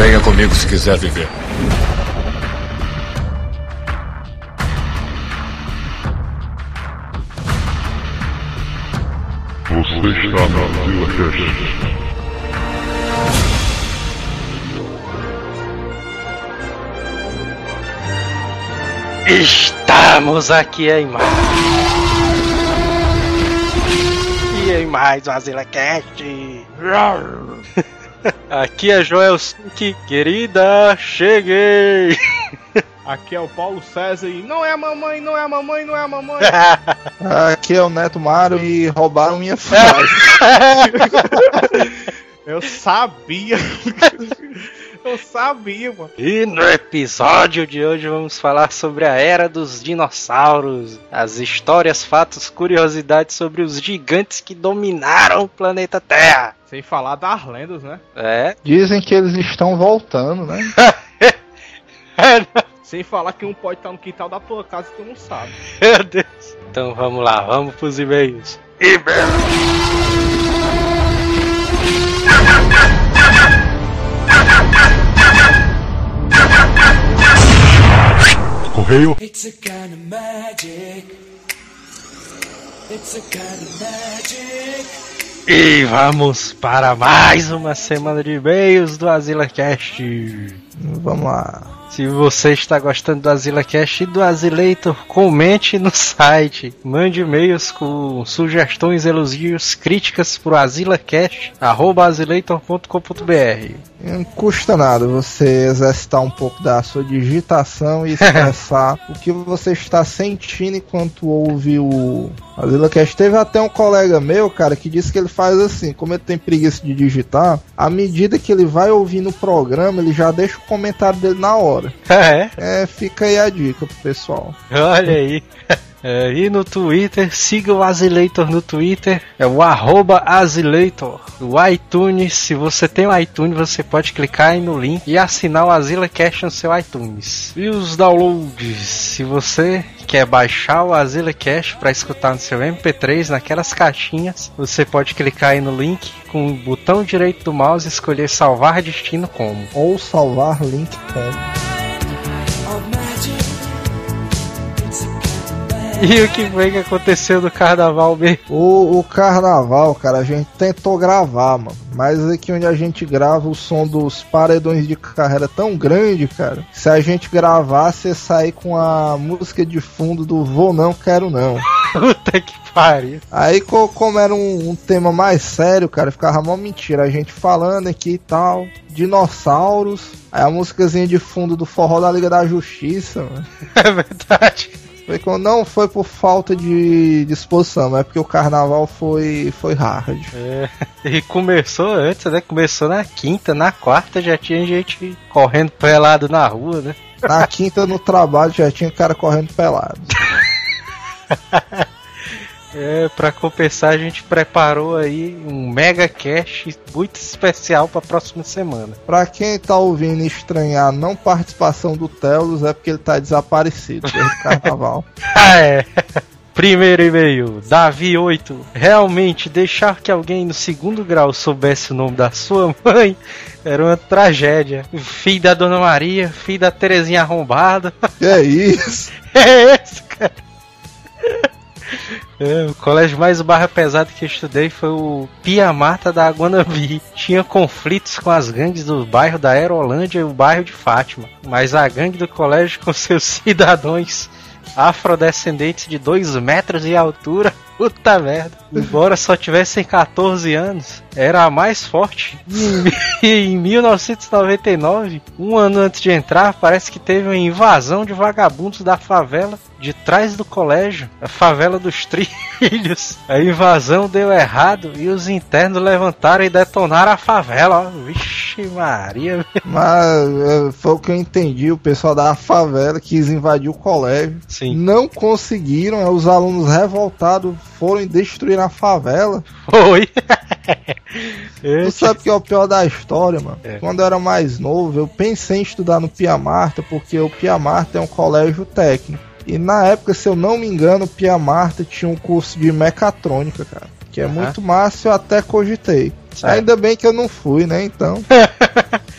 Venha comigo se quiser viver. Você está na ZillaCast. Estamos aqui em mais um ZillaCast. Aqui é Joel Sink, querida, cheguei. Aqui é o Paulo César e não é a mamãe, não é a mamãe, não é a mamãe. Aqui é o Neto Mário e roubaram minha frase. Eu sabia. Eu sabia, mano. E no episódio de hoje vamos falar sobre a Era dos Dinossauros, as histórias, fatos, curiosidades sobre os gigantes que dominaram o planeta Terra. Sem falar das lendas, né? É. Dizem que eles estão voltando, né? Sem falar que um pode estar no quintal da tua casa e tu não sabe. Meu Deus. Então vamos lá, vamos pros e-mails. Correio. It's a kind of magic. It's a kind of magic. E vamos para mais uma semana de e-mails do ZillaCast. Vamos lá. Se você está gostando do ZillaCast e do Azileitor, comente no site. Mande e-mails com sugestões, elogios, críticas para o azileitor@azileitor.com.br. Não custa nada você exercitar um pouco da sua digitação e expressar o que você está sentindo enquanto ouve o ZillaCast. Teve até um colega meu, cara, que disse que ele faz assim, como ele tem preguiça de digitar, à medida que ele vai ouvindo o programa, ele já deixa o comentário dele na hora. Fica aí a dica pro pessoal. Olha aí. E no Twitter, siga o Azileitor no Twitter, é o @Azileitor. O iTunes, se você tem o iTunes, você pode clicar aí no link e assinar o ZillaCast no seu iTunes. E os downloads, se você quer baixar o ZillaCast para escutar no seu MP3, naquelas caixinhas, você pode clicar aí no link com o botão direito do mouse e escolher salvar destino como. Ou salvar link como. E o que foi que aconteceu no carnaval mesmo? O carnaval, cara, a gente tentou gravar, mano. Mas aqui onde a gente grava, o som dos paredões de carro era tão grande, cara. Se a gente gravasse, ia sair com a música de fundo do Vou Não, Quero Não. Puta que pariu. Aí, como era um tema mais sério, cara, ficava mó mentira. A gente falando aqui e tal, dinossauros. Aí a músicazinha de fundo do Forró da Liga da Justiça, mano. É verdade. Não foi por falta de disposição, mas é porque o carnaval foi hard. E começou antes, né? Começou na quinta, na quarta já tinha gente correndo pelado na rua, né? Na quinta no trabalho já tinha cara correndo pelado. Pra compensar a gente preparou aí um mega cast muito especial pra próxima semana. Pra quem tá ouvindo e estranhar a não participação do Telos, é porque ele tá desaparecido desde o carnaval. Primeiro e-mail, Davi8. Realmente, deixar que alguém no segundo grau soubesse o nome da sua mãe era uma tragédia. Filho da Dona Maria, filho da Terezinha arrombada. Que é isso? É esse, cara. O colégio mais barra pesado que eu estudei foi o Pia Mata da Guanabi. Tinha conflitos com as gangues do bairro da Aerolândia e o bairro de Fátima. Mas a gangue do colégio, com seus cidadãos afrodescendentes de 2 metros de altura, puta merda, embora só tivessem 14 anos, era a mais forte. Em 1999, um ano antes de entrar, parece que teve uma invasão de vagabundos da favela de trás do colégio, a favela dos Trilhos. A invasão deu errado e os internos levantaram e detonaram a favela. Vixe Maria. Mas foi o que eu entendi, o pessoal da favela quis invadir o colégio. Sim. Não conseguiram, os alunos revoltados foram destruir a favela. Foi. Tu sabe o que é o pior da história, mano? Quando eu era mais novo, eu pensei em estudar no Pia Marta, porque o Pia Marta é um colégio técnico. E na época, se eu não me engano, o Pia Marta tinha um curso de mecatrônica, cara. Que é muito massa, eu até cogitei. Certo. Ainda bem que eu não fui, né, então.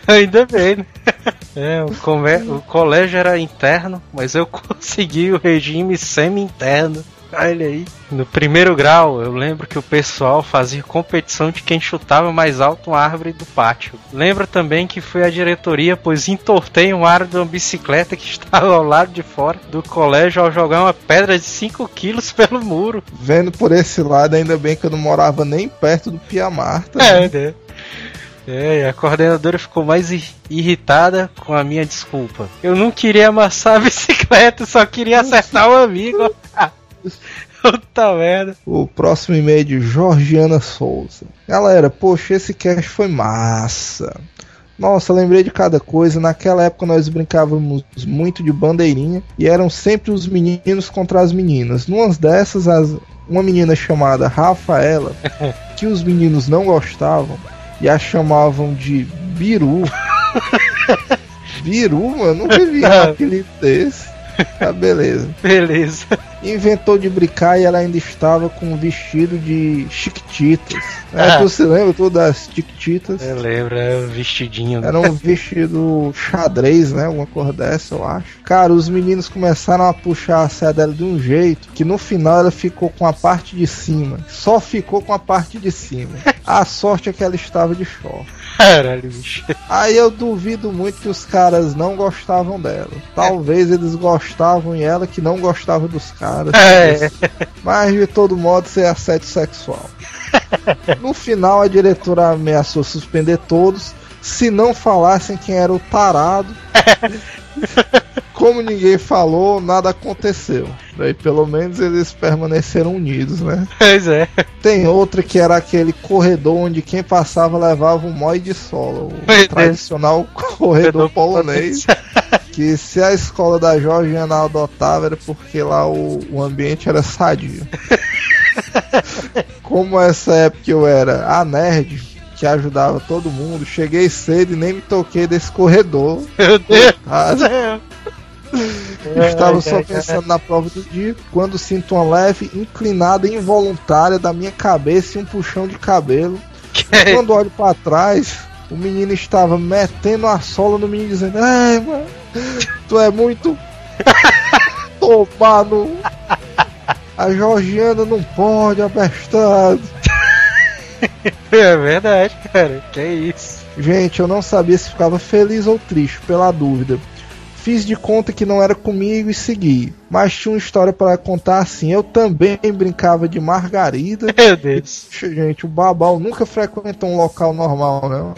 Ainda bem, né? O colégio era interno, mas eu consegui o regime semi-interno. Olha aí. No primeiro grau, eu lembro que o pessoal fazia competição de quem chutava mais alto uma árvore do pátio. Lembro também que fui à diretoria, pois entortei um aro de uma bicicleta que estava ao lado de fora do colégio ao jogar uma pedra de 5 quilos pelo muro. Vendo por esse lado, ainda bem que eu não morava nem perto do Pia Marta. Né? A coordenadora ficou mais irritada com a minha desculpa. Eu não queria amassar a bicicleta, só queria acertar o amigo. Puta merda. O próximo e-mail é de Georgiana Souza. Galera, poxa, esse cast foi massa. Nossa, lembrei de cada coisa. Naquela época nós brincávamos muito de bandeirinha e eram sempre os meninos contra as meninas. Numas dessas, uma menina chamada Rafaela, que os meninos não gostavam e a chamavam de Biru. Biru, mano, nunca vi um apelido desse. Tá, beleza. Inventou de brincar e ela ainda estava com um vestido de Chiquititas. Você lembra tudo das Chiquititas? Eu lembro, era um vestidinho. Era um vestido xadrez, né? Alguma cor dessa, eu acho. Cara, os meninos começaram a puxar a saia dela de um jeito que no final ela ficou com a parte de cima. Só ficou com a parte de cima. A sorte é que ela estava de short. Caralho, bicho. Aí eu duvido muito que os caras não gostavam dela. Talvez eles gostavam e ela que não gostava dos caras. Mas de todo modo, isso é assédio sexual. No final, a diretora ameaçou suspender todos se não falassem quem era o tarado. Como ninguém falou, nada aconteceu. Daí pelo menos eles permaneceram unidos, né? Pois é. Tem outra que era aquele corredor onde quem passava levava um mói de sola. O tradicional corredor polonês. Que se a escola da Georgiana adotava era porque lá o ambiente era sadio. Como essa época eu era a nerd que ajudava todo mundo, cheguei cedo e nem me toquei desse corredor. Meu Deus! Estava só pensando na prova do dia quando sinto uma leve inclinada involuntária da minha cabeça e um puxão de cabelo. Quando olho pra trás, o menino estava metendo a sola no menino dizendo: "Ei, mano, tu é muito tomado. A Georgiana não pode, abestado." É verdade, cara. Que isso? Gente, eu não sabia se ficava feliz ou triste, pela dúvida. Fiz de conta que não era comigo e segui. Mas tinha uma história para contar assim. Eu também brincava de margarida. Meu Deus. Gente, o Babal nunca frequentou um local normal, não.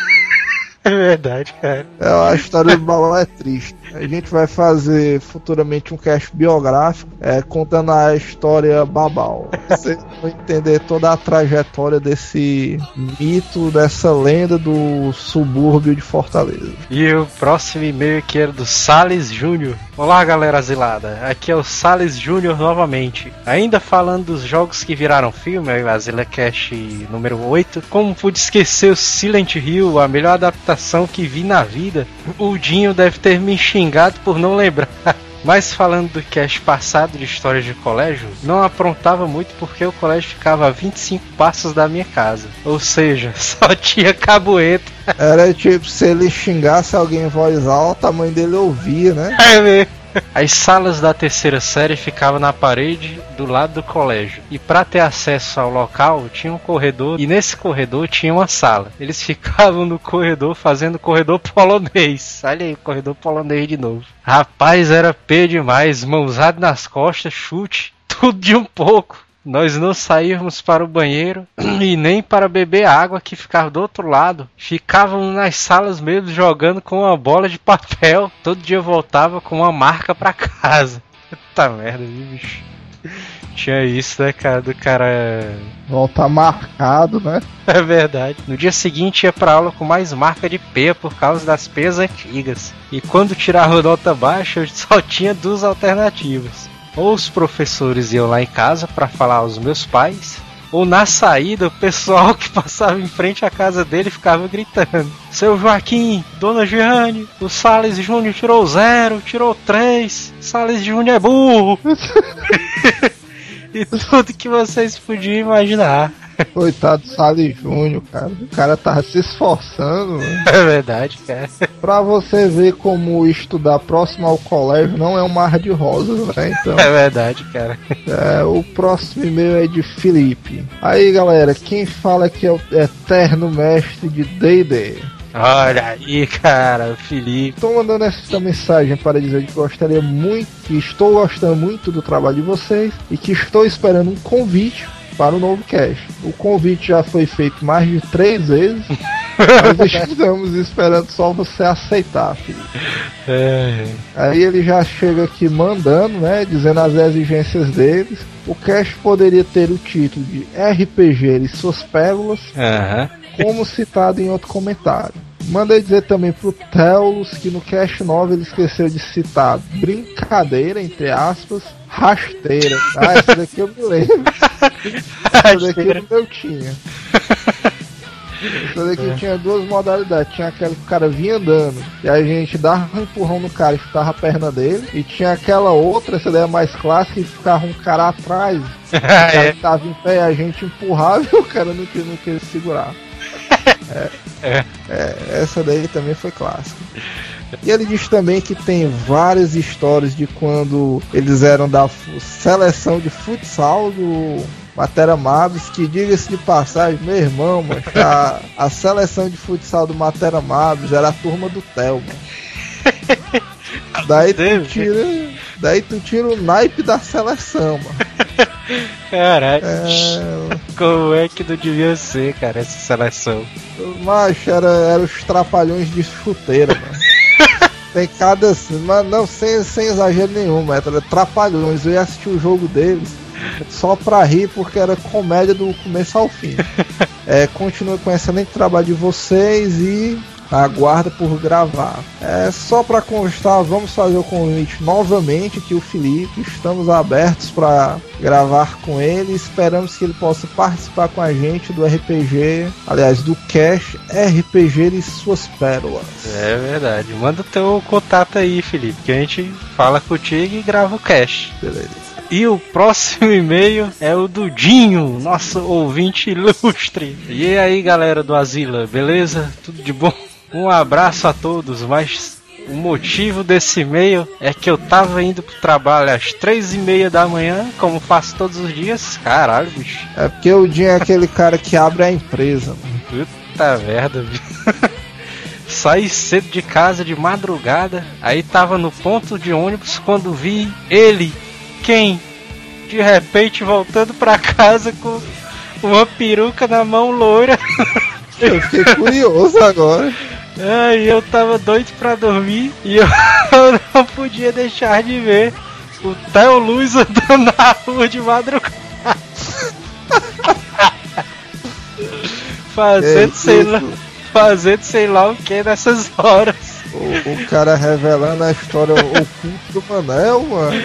É verdade, cara. A história do Babal é triste. A gente vai fazer futuramente um cast biográfico contando a história Babal. Vocês vão entender toda a trajetória desse mito, dessa lenda do subúrbio de Fortaleza. E o próximo e-mail aqui era do Salles Júnior. Olá, galera asilada. Aqui é o Salles Júnior novamente. Ainda falando dos jogos que viraram filme, a ZillaCast número 8. Como pude esquecer o Silent Hill, a melhor adaptação que vi na vida? O Dinho deve ter me xingado por não lembrar. Mas falando do cast passado de histórias de colégio, não aprontava muito porque o colégio ficava a 25 passos da minha casa. Ou seja, só tinha cabueta. Era tipo, se ele xingasse alguém em voz alta, a mãe dele ouvia, né? É mesmo. As salas da terceira série ficavam na parede do lado do colégio. E para ter acesso ao local, tinha um corredor. E nesse corredor tinha uma sala. Eles ficavam no corredor fazendo corredor polonês. Olha aí, o corredor polonês de novo. Rapaz, era P demais. Mãozado nas costas, chute, tudo de um pouco. Nós não saímos para o banheiro e nem para beber água que ficava do outro lado. Ficávamos nas salas mesmo jogando com uma bola de papel. Todo dia voltava com uma marca para casa. Puta merda, bicho. Tinha isso, né, cara? Do cara... Voltar marcado, né? É verdade. No dia seguinte ia pra aula com mais marca de P por causa das P's antigas. E quando tirava nota baixa, eu só tinha duas alternativas. Ou os professores iam lá em casa para falar aos meus pais, ou na saída o pessoal que passava em frente à casa dele ficava gritando: "Seu Joaquim, Dona Giane, o Salles Júnior tirou 0, tirou 3, Salles Júnior é burro." E tudo que vocês podiam imaginar. Coitado do Sally Júnior, cara. O cara tava se esforçando, mano. É verdade, cara. Pra você ver como estudar próximo ao colégio não é um mar de rosas, né? Então, É verdade, cara. o próximo e-mail é de Felipe. Aí, galera, quem fala que é o eterno mestre de D&D? Olha aí, cara, o Felipe. Estou mandando essa mensagem para dizer que gostaria muito, que estou gostando muito do trabalho de vocês e que estou esperando um convite para o novo cast. O convite já foi feito mais de 3 vezes. Nós estamos esperando só você aceitar, Felipe. Aí ele já chega aqui mandando, né, dizendo as exigências deles. O cast poderia ter o título de RPG e suas pérolas, como citado em outro comentário. Manda dizer também pro Telos que no cast 9 ele esqueceu de citar brincadeira, entre aspas, rasteira. Ah, essa daqui eu me lembro. Essa daqui eu tinha. Essa daqui tinha 2 modalidades. Tinha aquela que o cara vinha andando e a gente dava um empurrão no cara e chutava a perna dele. E tinha aquela outra, essa daí é mais clássica, que ficava um cara atrás. O cara que tava em pé, a gente empurrava e o cara não queria segurar. Essa daí também foi clássica. E ele diz também que tem várias histórias de quando eles eram da seleção de futsal do Mater Amados, que diga-se de passagem, meu irmão, mano, a seleção de futsal do Mater Amados era a turma do Theo, mano. Daí tu tira o naipe da seleção, mano. Caraca, como é que não devia ser, cara, essa seleção? Macho, era os trapalhões de chuteira, mano. Tem cada... Mas não, sem exagero nenhum, era trapalhões. Eu ia assistir o jogo deles só pra rir, porque era comédia do começo ao fim. Continua com o excelente trabalho de vocês e aguarda por gravar. Só pra constar, vamos fazer o convite novamente aqui, o Felipe. Estamos abertos pra gravar com ele. Esperamos que ele possa participar com a gente do RPG, aliás, do cast RPG e suas pérolas. É verdade. Manda o teu contato aí, Felipe, que a gente fala contigo e grava o cast. Beleza. E o próximo e-mail é o do Dinho, nosso ouvinte ilustre. E aí, galera do Asila, beleza? Tudo de bom? Um abraço a todos, mas o motivo desse e-mail é que eu tava indo pro trabalho às 3:30 da manhã, como faço todos os dias. Caralho, bicho. É porque o Dinho é aquele cara que abre a empresa, mano. Puta merda, bicho. Saí cedo de casa de madrugada, aí tava no ponto de ônibus quando vi ele, de repente voltando pra casa com uma peruca na mão loira. Eu fiquei curioso agora. E eu tava doido pra dormir e eu não podia deixar de ver o Theo Luz andando na rua de madrugada. Fazendo sei lá o que nessas horas. O cara revelando a história oculta do Manel, mano.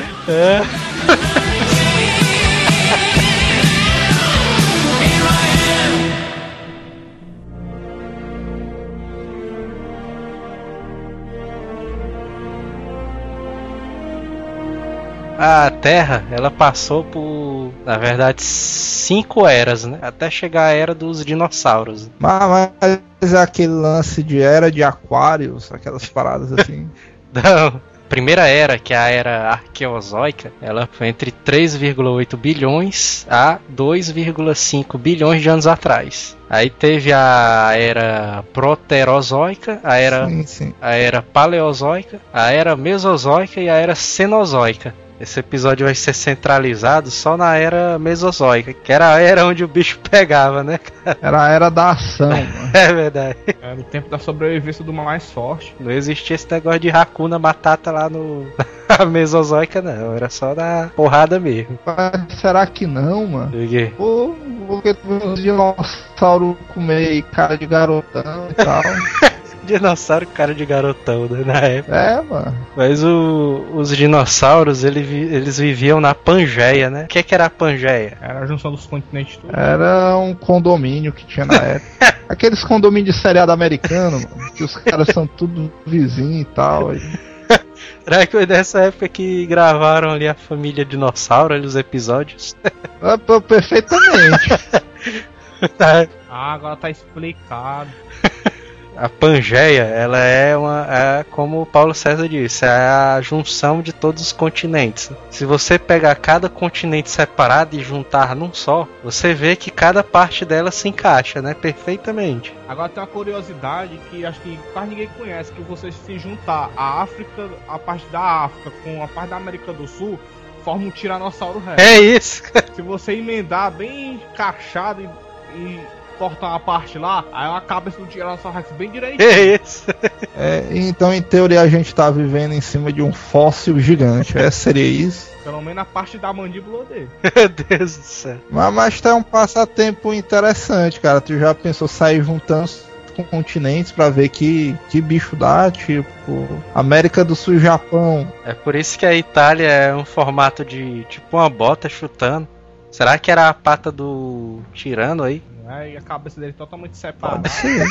A Terra, ela passou por, na verdade, 5 eras, né? Até chegar a era dos dinossauros. Mas aquele lance de era de aquários, aquelas paradas assim. Não. Primeira era, que é a era arqueozoica, ela foi entre 3,8 bilhões a 2,5 bilhões de anos atrás. Aí teve a era proterozoica, a era paleozoica, a era mesozoica e a era cenozoica. Esse episódio vai ser centralizado só na era mesozoica, que era a era onde o bicho pegava, né, cara? Era a era da ação, mano. É verdade. Era o tempo da sobrevivência do mais forte. Não existia esse negócio de Hakuna Matata lá na mesozoica, não. Era só da porrada mesmo. Mas será que não, mano? Por quê? Porque os dinossauros comer cara de garotão e tal. Dinossauro cara de garotão, né, na época. Mano. Mas os dinossauros, eles viviam na Pangeia, né? O que era a Pangeia? Era a junção dos continentes todos. Era um condomínio que tinha na época. Aqueles condomínios de seriado americano, mano, que os caras são tudo vizinhos e tal. Será que foi dessa época que gravaram ali a família dinossauro, ali os episódios? Perfeitamente. Ah, agora tá explicado. A Pangeia, ela é como o Paulo César disse, é a junção de todos os continentes. Se você pegar cada continente separado e juntar num só, você vê que cada parte dela se encaixa, né, perfeitamente. Agora tem uma curiosidade que acho que quase ninguém conhece, que você se juntar a África, a parte da África com a parte da América do Sul, forma um Tiranossauro Rex. É isso. Se você emendar bem encaixado e cortar uma parte lá, aí a cabeça do Tiranossauro Rex bem direitinho. É isso. Então, em teoria, a gente tá vivendo em cima de um fóssil gigante. Seria isso? Pelo menos a parte da mandíbula dele. Meu Deus do céu. Mas tá um passatempo interessante, cara. Tu já pensou sair juntando com continentes pra ver que bicho dá? Tipo, América do Sul e Japão. É por isso que a Itália é um formato de tipo uma bota chutando. Será que era a pata do tirano aí? E a cabeça dele totalmente separada. Pode ser.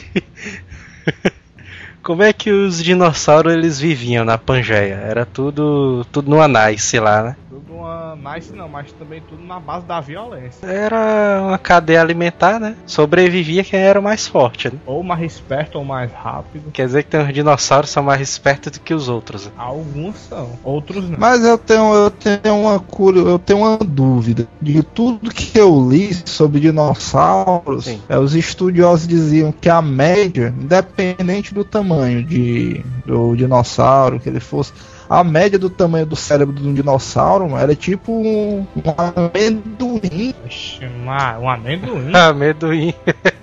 Como é que os dinossauros eles viviam na Pangeia? Era tudo no Anice lá, né? Tudo uma nice não, mas também tudo na base da violência. Era uma cadeia alimentar, né? Sobrevivia quem era o mais forte, né? Ou mais esperto ou mais rápido. Quer dizer que tem uns dinossauros que são mais espertos do que os outros. Né? Alguns são, outros não. Mas eu tenho uma dúvida. De tudo que eu li sobre dinossauros, Sim. Os estudiosos diziam que a média, independente do tamanho do dinossauro que ele fosse, a média do tamanho do cérebro de um dinossauro era tipo um amendoim. Oxe, um amendoim? Amendoim.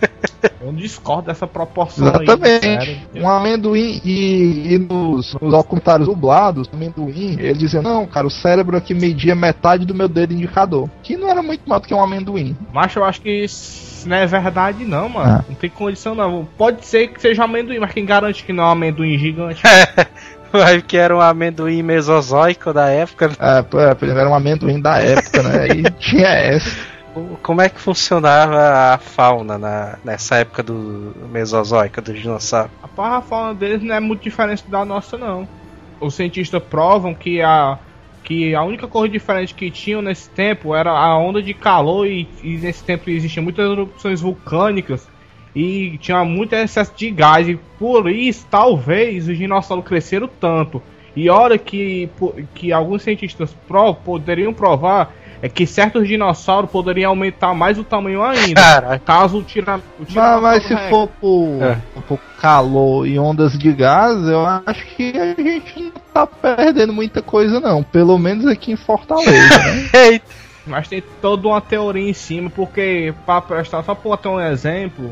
Eu discordo dessa proporção. Exatamente. Aí, Um amendoim e nos documentários dublados, amendoim, ele dizia, não, cara, o cérebro aqui media metade do meu dedo indicador. Que não era muito mais do que um amendoim. Mas eu acho que isso não é verdade não, mano. Não tem condição não. Pode ser que seja amendoim, mas quem garante que não é um amendoim gigante? Vai que era um amendoim mesozoico da época. Né? Era um amendoim da época, né? E tinha essa. Como é que funcionava a fauna nessa época do Mesozoico, do dinossauro? A fauna deles não é muito diferente da nossa, não. Os cientistas provam que a única coisa diferente que tinham nesse tempo era a onda de calor e nesse tempo existiam muitas erupções vulcânicas e tinha muito excesso de gás e por isso, talvez, os dinossauros cresceram tanto. E olha que alguns cientistas poderiam provar é que certos dinossauros poderiam aumentar mais o tamanho ainda. Caraca. Caso o tiranossauro Mas se for por calor e ondas de gás, eu acho que a gente não tá perdendo muita coisa não. Pelo menos aqui em Fortaleza, né? Eita. Mas tem toda uma teoria em cima, porque, para prestar só para ter um exemplo,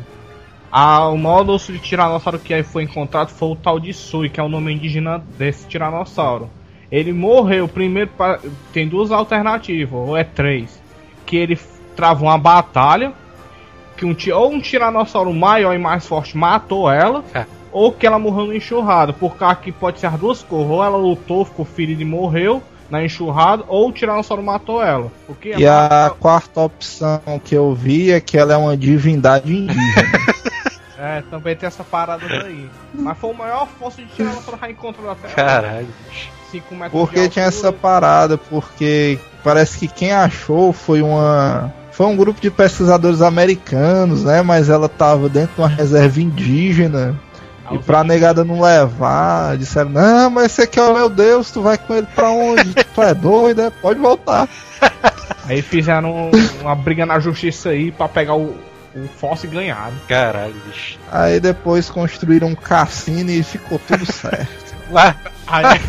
o maior osso de tiranossauro que foi encontrado foi o tal de Sui, que é o nome indígena desse tiranossauro. Ele morreu primeiro. Tem duas alternativas, ou é três. Que ele travou uma batalha, que ou um tiranossauro maior e mais forte matou ela, ou que ela morreu na enxurrada. Por causa que pode ser as duas coisas, ou ela lutou, ficou ferida e morreu na enxurrada, ou o tiranossauro matou ela. Porque e a quarta opção que eu vi é que ela é uma divindade indígena. Também tem essa parada daí. Mas foi o maior fóssil de tiranossauro já encontrado até Caralho. 5 metros Porque de tinha altura. essa parada, porque parece que quem achou foi um grupo de pesquisadores americanos, né? Mas ela tava dentro de uma reserva indígena. E pra negada não levar, disseram, não, mas esse aqui é o meu Deus, tu vai com ele pra onde? Tu é doido, né? Pode voltar. Aí fizeram uma briga na justiça aí pra pegar o fóssil e ganharam. Caralho, bicho. Aí depois construíram um cassino e ficou tudo certo. Lá. Aí...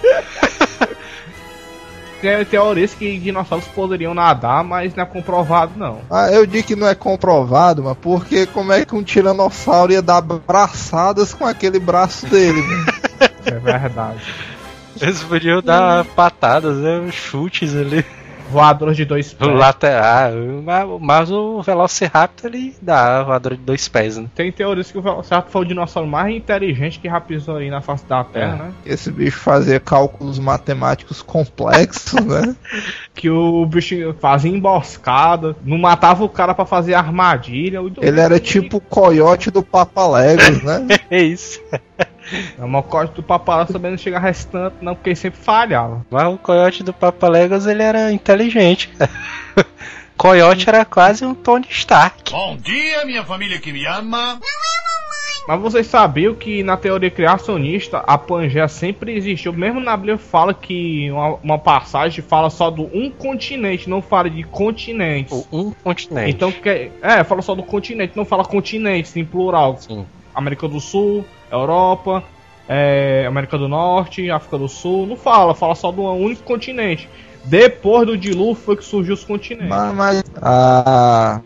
Tem teorias que dinossauros poderiam nadar, mas não é comprovado não. Eu digo que não é comprovado, mas porque como é que um tiranossauro ia dar braçadas com aquele braço dele, né? É verdade. Eles podiam dar patadas, né? Chutes ali. Voadores de 2 pés. Lateral. Mas o Velociraptor ele dá voador de 2 pés, né? Tem teorias que o Velociraptor foi o dinossauro mais inteligente que já pisou aí na face da Terra, né? Esse bicho fazia cálculos matemáticos complexos, né? Que o bicho fazia emboscada, não matava o cara pra fazer armadilha. Ele era tipo o coiote do Papaléguas, né? É isso. O coiote do Papaléguas também não chegava restante, não, porque ele sempre falhava. Mas o coiote do Papaléguas ele era inteligente, cara. Coyote era quase um Tony Stark. Bom dia, minha família que me ama. Mas vocês sabiam que na teoria criacionista a Pangeia sempre existiu. Mesmo na Bíblia fala que uma passagem fala só do um continente, não fala de continentes. Um continente. Então, fala só do continente, não fala continentes em plural. Sim. América do Sul, Europa, América do Norte, África do Sul. Não fala só do único continente. Depois do dilúvio foi que surgiu os continentes. Mas a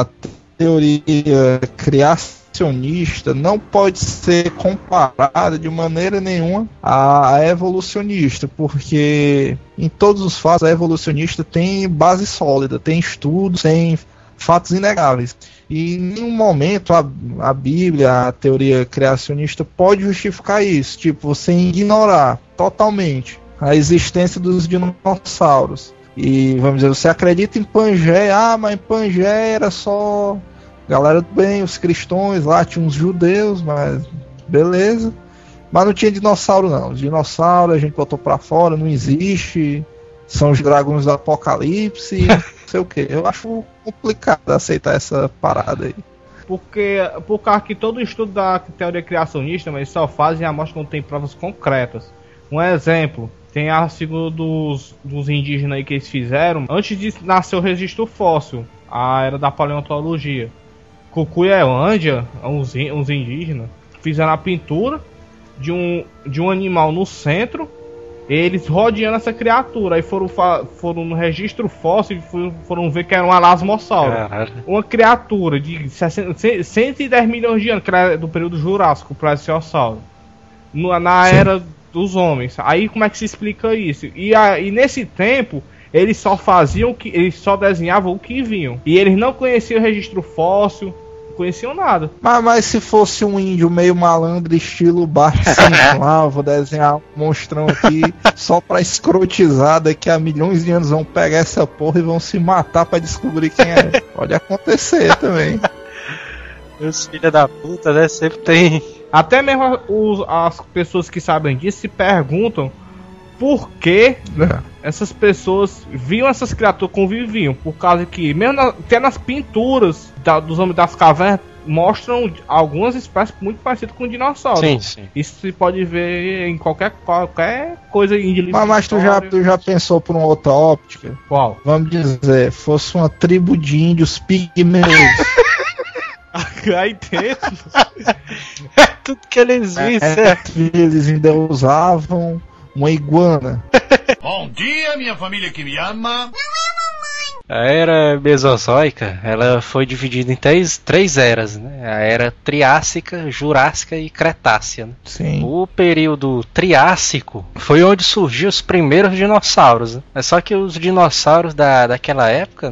teoria criacionista não pode ser comparada de maneira nenhuma à evolucionista, porque em todos os fatos a evolucionista tem base sólida, tem estudos, tem fatos inegáveis. E em nenhum momento a Bíblia, a teoria criacionista pode justificar isso, tipo, você ignorar totalmente a existência dos dinossauros. E vamos dizer, você acredita em Pangeia, mas Pangeia era só galera do bem, os cristãos lá, tinha uns judeus, mas beleza. Mas não tinha dinossauro não, os dinossauros a gente botou pra fora, não existe, são os dragões do apocalipse, não sei o que. Eu acho complicado aceitar essa parada aí. Por causa que todo estudo da teoria criacionista, mas só fazem a amostra quando tem provas concretas. Um exemplo, tem artigo dos indígenas aí que eles fizeram antes de nascer o registro fóssil, a era da paleontologia. Cucuielândia, uns indígenas, fizeram a pintura de um animal no centro, eles rodeando essa criatura. Aí foram no registro fóssil e foram ver que era um alasmossauro. Uma criatura de 110 milhões de anos, que era do período Jurássico, o plesiosauro. Na era dos homens. Aí como é que se explica isso? E nesse tempo eles só desenhavam o que viam. E eles não conheciam o registro fóssil, não conheciam nada. Mas se fosse um índio meio malandro, estilo Bart Simpson, vou desenhar um monstrão aqui só pra escrotizar, daqui a milhões de anos vão pegar essa porra e vão se matar pra descobrir quem é. Pode acontecer também. Os filhos da puta, né? Sempre tem. Até mesmo as pessoas que sabem disso se perguntam por que essas pessoas viam essas criaturas, conviviam. Por causa que, mesmo até nas pinturas dos homens das cavernas, mostram algumas espécies muito parecidas com dinossauros. Sim, sim. Isso se pode ver em qualquer coisa em livro. Mas tu já pensou por uma outra óptica? Qual? Vamos dizer, fosse uma tribo de índios pigmeus. Aí dentro. Tudo que eles viram. Eles ainda usavam uma iguana. Bom dia, minha família que me ama. A era mesozoica, ela foi dividida em três eras, né? A era Triássica, Jurássica e Cretácea, né? Sim. O período Triássico foi onde surgiu os primeiros dinossauros, né? É só que os dinossauros daquela época,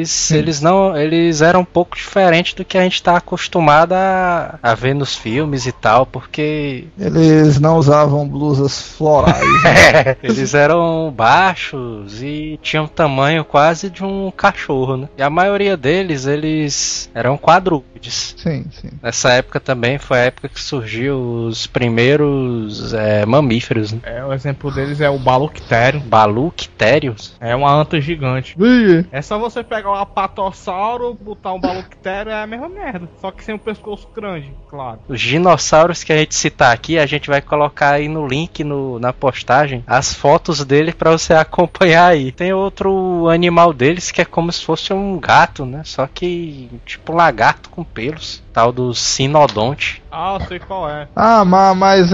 eles eram um pouco diferentes do que a gente está acostumado a ver nos filmes e tal, porque eles não usavam blusas florais. Né? Eles eram baixos e tinham tamanho quase de um cachorro, né? E a maioria deles, eles eram quadrúpedes. Sim, sim. Nessa época também foi a época que surgiu os primeiros mamíferos, né? O exemplo deles é o Baluctério. Baluctérios? É uma anta gigante. É só você pegar o apatossauro, botar um Baluctério, é a mesma merda. Só que sem um pescoço grande, claro. Os dinossauros que a gente citar aqui, a gente vai colocar aí no link na postagem as fotos dele pra você acompanhar aí. Tem outro animal deles que é como se fosse um gato, né? Só que tipo um lagarto com pelos. Tal do Sinodonte. Ah, eu sei qual é. Mas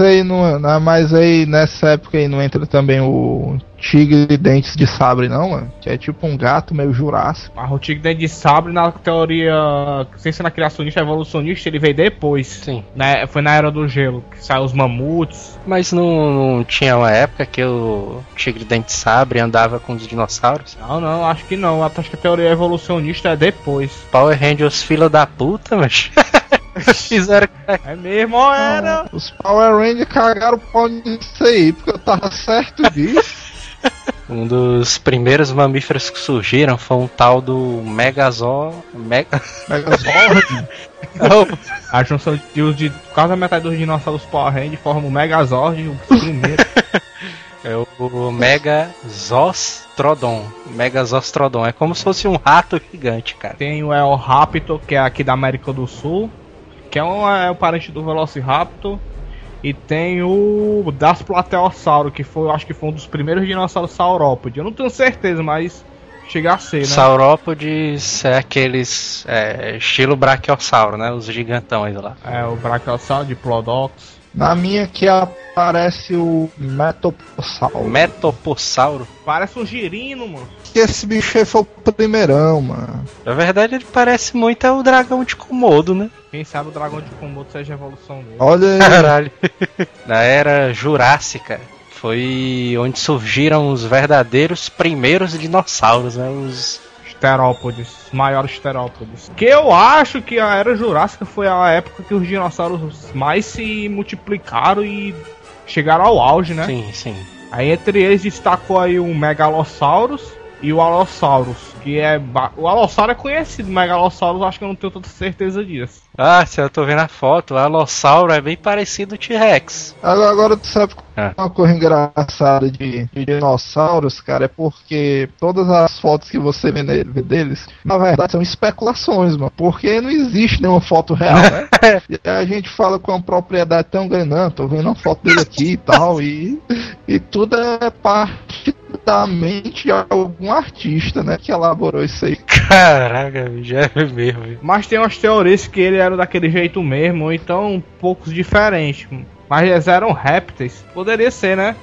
aí nessa época aí não entra também o tigre de dentes de sabre não, mano? Que é tipo um gato meio jurássico. Mas o tigre de dentes de sabre na teoria, sem ser na criacionista, evolucionista, ele veio depois. Sim. Foi na era do gelo que saiu os mamutes. Mas não tinha uma época que o tigre de dente de sabre andava com os dinossauros? Não, acho que não. Acho que a teoria evolucionista é depois. Power Rangers filho da puta, mas... Fizeram. É mesmo, ó, era. Os Power Rangers cagaram o pau nisso aí, porque eu tava certo disso. Um dos primeiros mamíferos que surgiram foi um tal do Megazord. Megazord? A junção de quase a metade dos dinossauros Power Rangers forma o Megazord, o primeiro. É o Megazostrodon. Megazostrodon. É como se fosse um rato gigante, cara. Tem o Eoraptor, que é aqui da América do Sul, que é o parente do Velociraptor. E tem o Dasplatosauro, que foi, acho que foi um dos primeiros dinossauros saurópodes. Eu não tenho certeza, mas chega a ser, né? Saurópodes é aqueles estilo Brachiosauro, né? Os gigantões lá. É, o Brachiosauro, Diplodocus. Na minha que aparece o Metopossauro. Metopossauro? Parece um girino, mano. Que esse bicho aí foi o primeirão, mano. Na verdade ele parece muito o dragão de Komodo, né? Quem sabe o dragão de Komodo seja a evolução dele. Olha aí. Caralho. Na era Jurássica foi onde surgiram os verdadeiros primeiros dinossauros, né? Os Terópodes, maiores terópodes. Que eu acho que a Era Jurássica foi a época que os dinossauros mais se multiplicaram e chegaram ao auge, né? Sim, sim. Aí entre eles destacou aí o Megalosaurus e o Allosaurus, que é... O Allosaurus é conhecido, o Megalosaurus acho que eu não tenho tanta certeza disso. Ah, se eu tô vendo a foto, o Allosauro é bem parecido ao T-Rex. Agora tu sabe uma coisa engraçada de dinossauros, cara, é porque todas as fotos que você vê deles, na verdade são especulações, mano, porque não existe nenhuma foto real, né? E a gente fala com uma propriedade tão grande, não, tô vendo uma foto dele aqui e tal, e tudo é parte da mente de algum artista, né, que elaborou isso aí. Caraca, já é mesmo. Mas tem umas teorias que ele era daquele jeito mesmo, ou então um pouco diferente. Mas eles eram répteis. Poderia ser, né?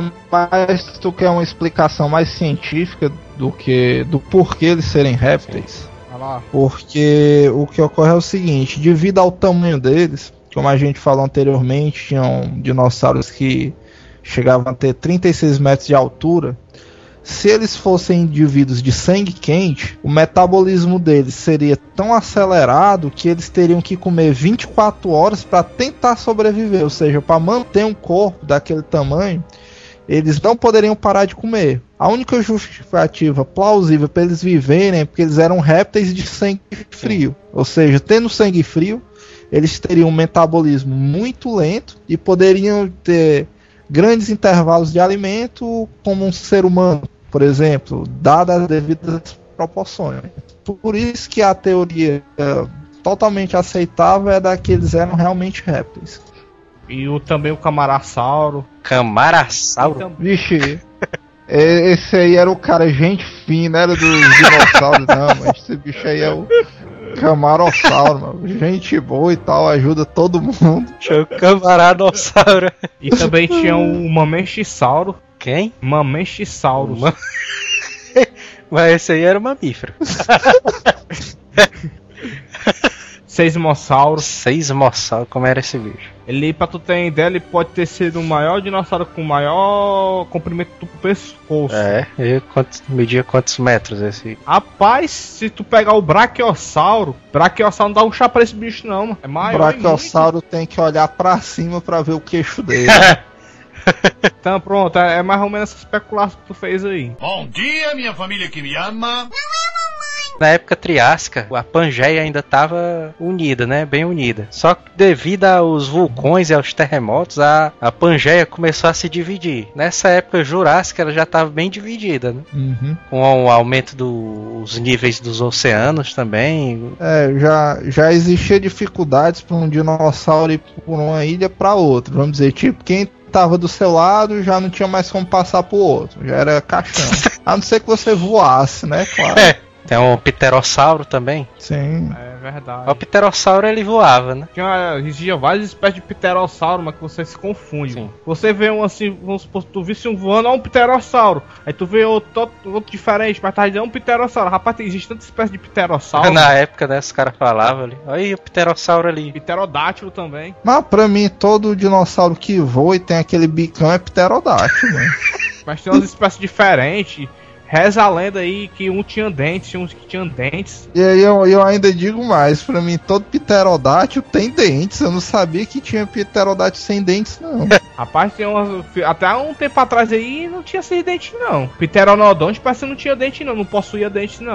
Mas tu quer uma explicação mais científica do porquê eles serem répteis? Olha lá. Porque o que ocorre é o seguinte, devido ao tamanho deles, como a gente falou anteriormente, tinham dinossauros que chegavam a ter 36 metros de altura. Se eles fossem indivíduos de sangue quente, o metabolismo deles seria tão acelerado que eles teriam que comer 24 horas para tentar sobreviver, ou seja, para manter um corpo daquele tamanho, eles não poderiam parar de comer. A única justificativa plausível para eles viverem é porque eles eram répteis de sangue frio, ou seja, tendo sangue frio, eles teriam um metabolismo muito lento e poderiam ter grandes intervalos de alimento como um ser humano, por exemplo, dadas as devidas proporções. Por isso que a teoria totalmente aceitável é da que eles eram realmente répteis. E também o Camarasauro. Camarasauro? Vixe, esse aí era o cara gente fina, era dos dinossauros, não, mas esse bicho aí é o Camarossauro, mano. Gente boa e tal, ajuda todo mundo. Tinha o Camaradossauro. E também tinha o Mamenchisauro. Quem? Mamenchisaurus. Mas esse aí era um mamífero. Seismossauro. Seismossauro, como era esse bicho? Ele, pra tu ter ideia, ele pode ter sido o maior dinossauro com o maior comprimento do pescoço. Media quantos metros esse? Rapaz, se tu pegar o Brachiosauro não dá um chá pra esse bicho não, mano. É maior. O Brachiosauro tem que olhar pra cima pra ver o queixo dele. Então pronto, é mais ou menos essa especulação que tu fez aí. Bom dia, minha família que me ama. Na época Triássica, a Pangeia ainda estava unida, né? Bem unida. Só que devido aos vulcões e aos terremotos, a Pangeia começou a se dividir. Nessa época Jurássica, ela já estava bem dividida, né? Uhum. Com o aumento dos níveis dos oceanos também. Já existia dificuldades para um dinossauro ir por uma ilha para outra. Vamos dizer, tipo, quem tava do seu lado já não tinha mais como passar pro outro. Já era caixão. A não ser que você voasse, né? Claro. Tem um pterossauro também. Sim. É verdade. O pterossauro ele voava, né? Existia várias espécies de pterossauro, mas que você se confunde. Sim. Você vê um assim, vamos supor, tu visse um voando, um pterossauro. Aí tu vê outro diferente, mas tá dizendo um pterossauro. Rapaz, existe tanta espécie de pterossauro. Na época, né, os caras falavam ali. Olha aí o pterossauro ali. Pterodátilo também. Mas pra mim, todo dinossauro que voa e tem aquele bicão é pterodátilo, mano. Mas tem umas espécies diferentes. Reza a lenda aí que um tinha dentes, tinha uns que tinham dentes. E aí eu ainda digo mais, pra mim todo pterodátilo tem dentes. Eu não sabia que tinha pterodátilo sem dentes, não. Rapaz, tem umas. Até um tempo atrás aí não tinha esses dentes, não. Pteranodonte parece que não tinha dente, não possuía dente, não.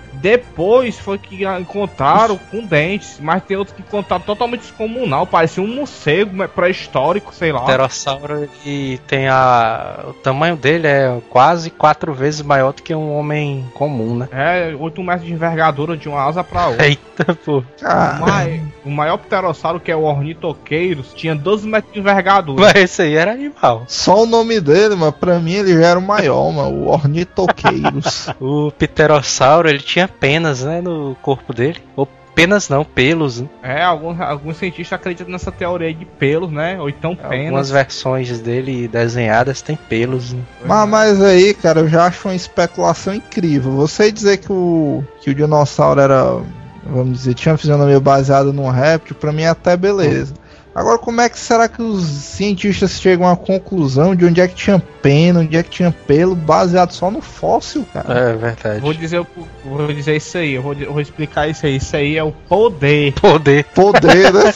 Depois foi que encontraram com dentes, mas tem outros que encontraram totalmente descomunal, parecia um morcego pré-histórico, sei lá. O pterossauro, ele tem o tamanho dele é quase 4 vezes maior do que um homem comum, né? É, 8 metros de envergadura de uma asa pra outra. Eita, pô. O maior pterossauro, que é o Ornithocheirus, tinha 12 metros de envergadura. Mas esse aí era animal. Só o nome dele, mas pra mim ele já era o maior, mano. O Ornithocheirus. O pterossauro, ele tinha penas, né, no corpo dele. Ou penas não, pelos, né? É, alguns cientistas acreditam nessa teoria de pelos, né? Ou então penas. Algumas versões dele desenhadas tem pelos, né? Mas aí, cara, eu já acho uma especulação incrível. Você dizer que o dinossauro era, vamos dizer, tinha uma fisionomia baseada num réptil, pra mim até beleza. Agora, como é que será que os cientistas chegam à conclusão de onde é que tinha pena, onde é que tinha pelo, baseado só no fóssil, cara? É verdade. Vou dizer isso aí, eu vou explicar isso aí. Isso aí é o poder. Poder, né?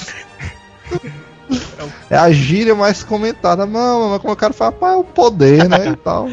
É a gíria mais comentada. Mas como o cara fala, pá, é o poder, né, e tal.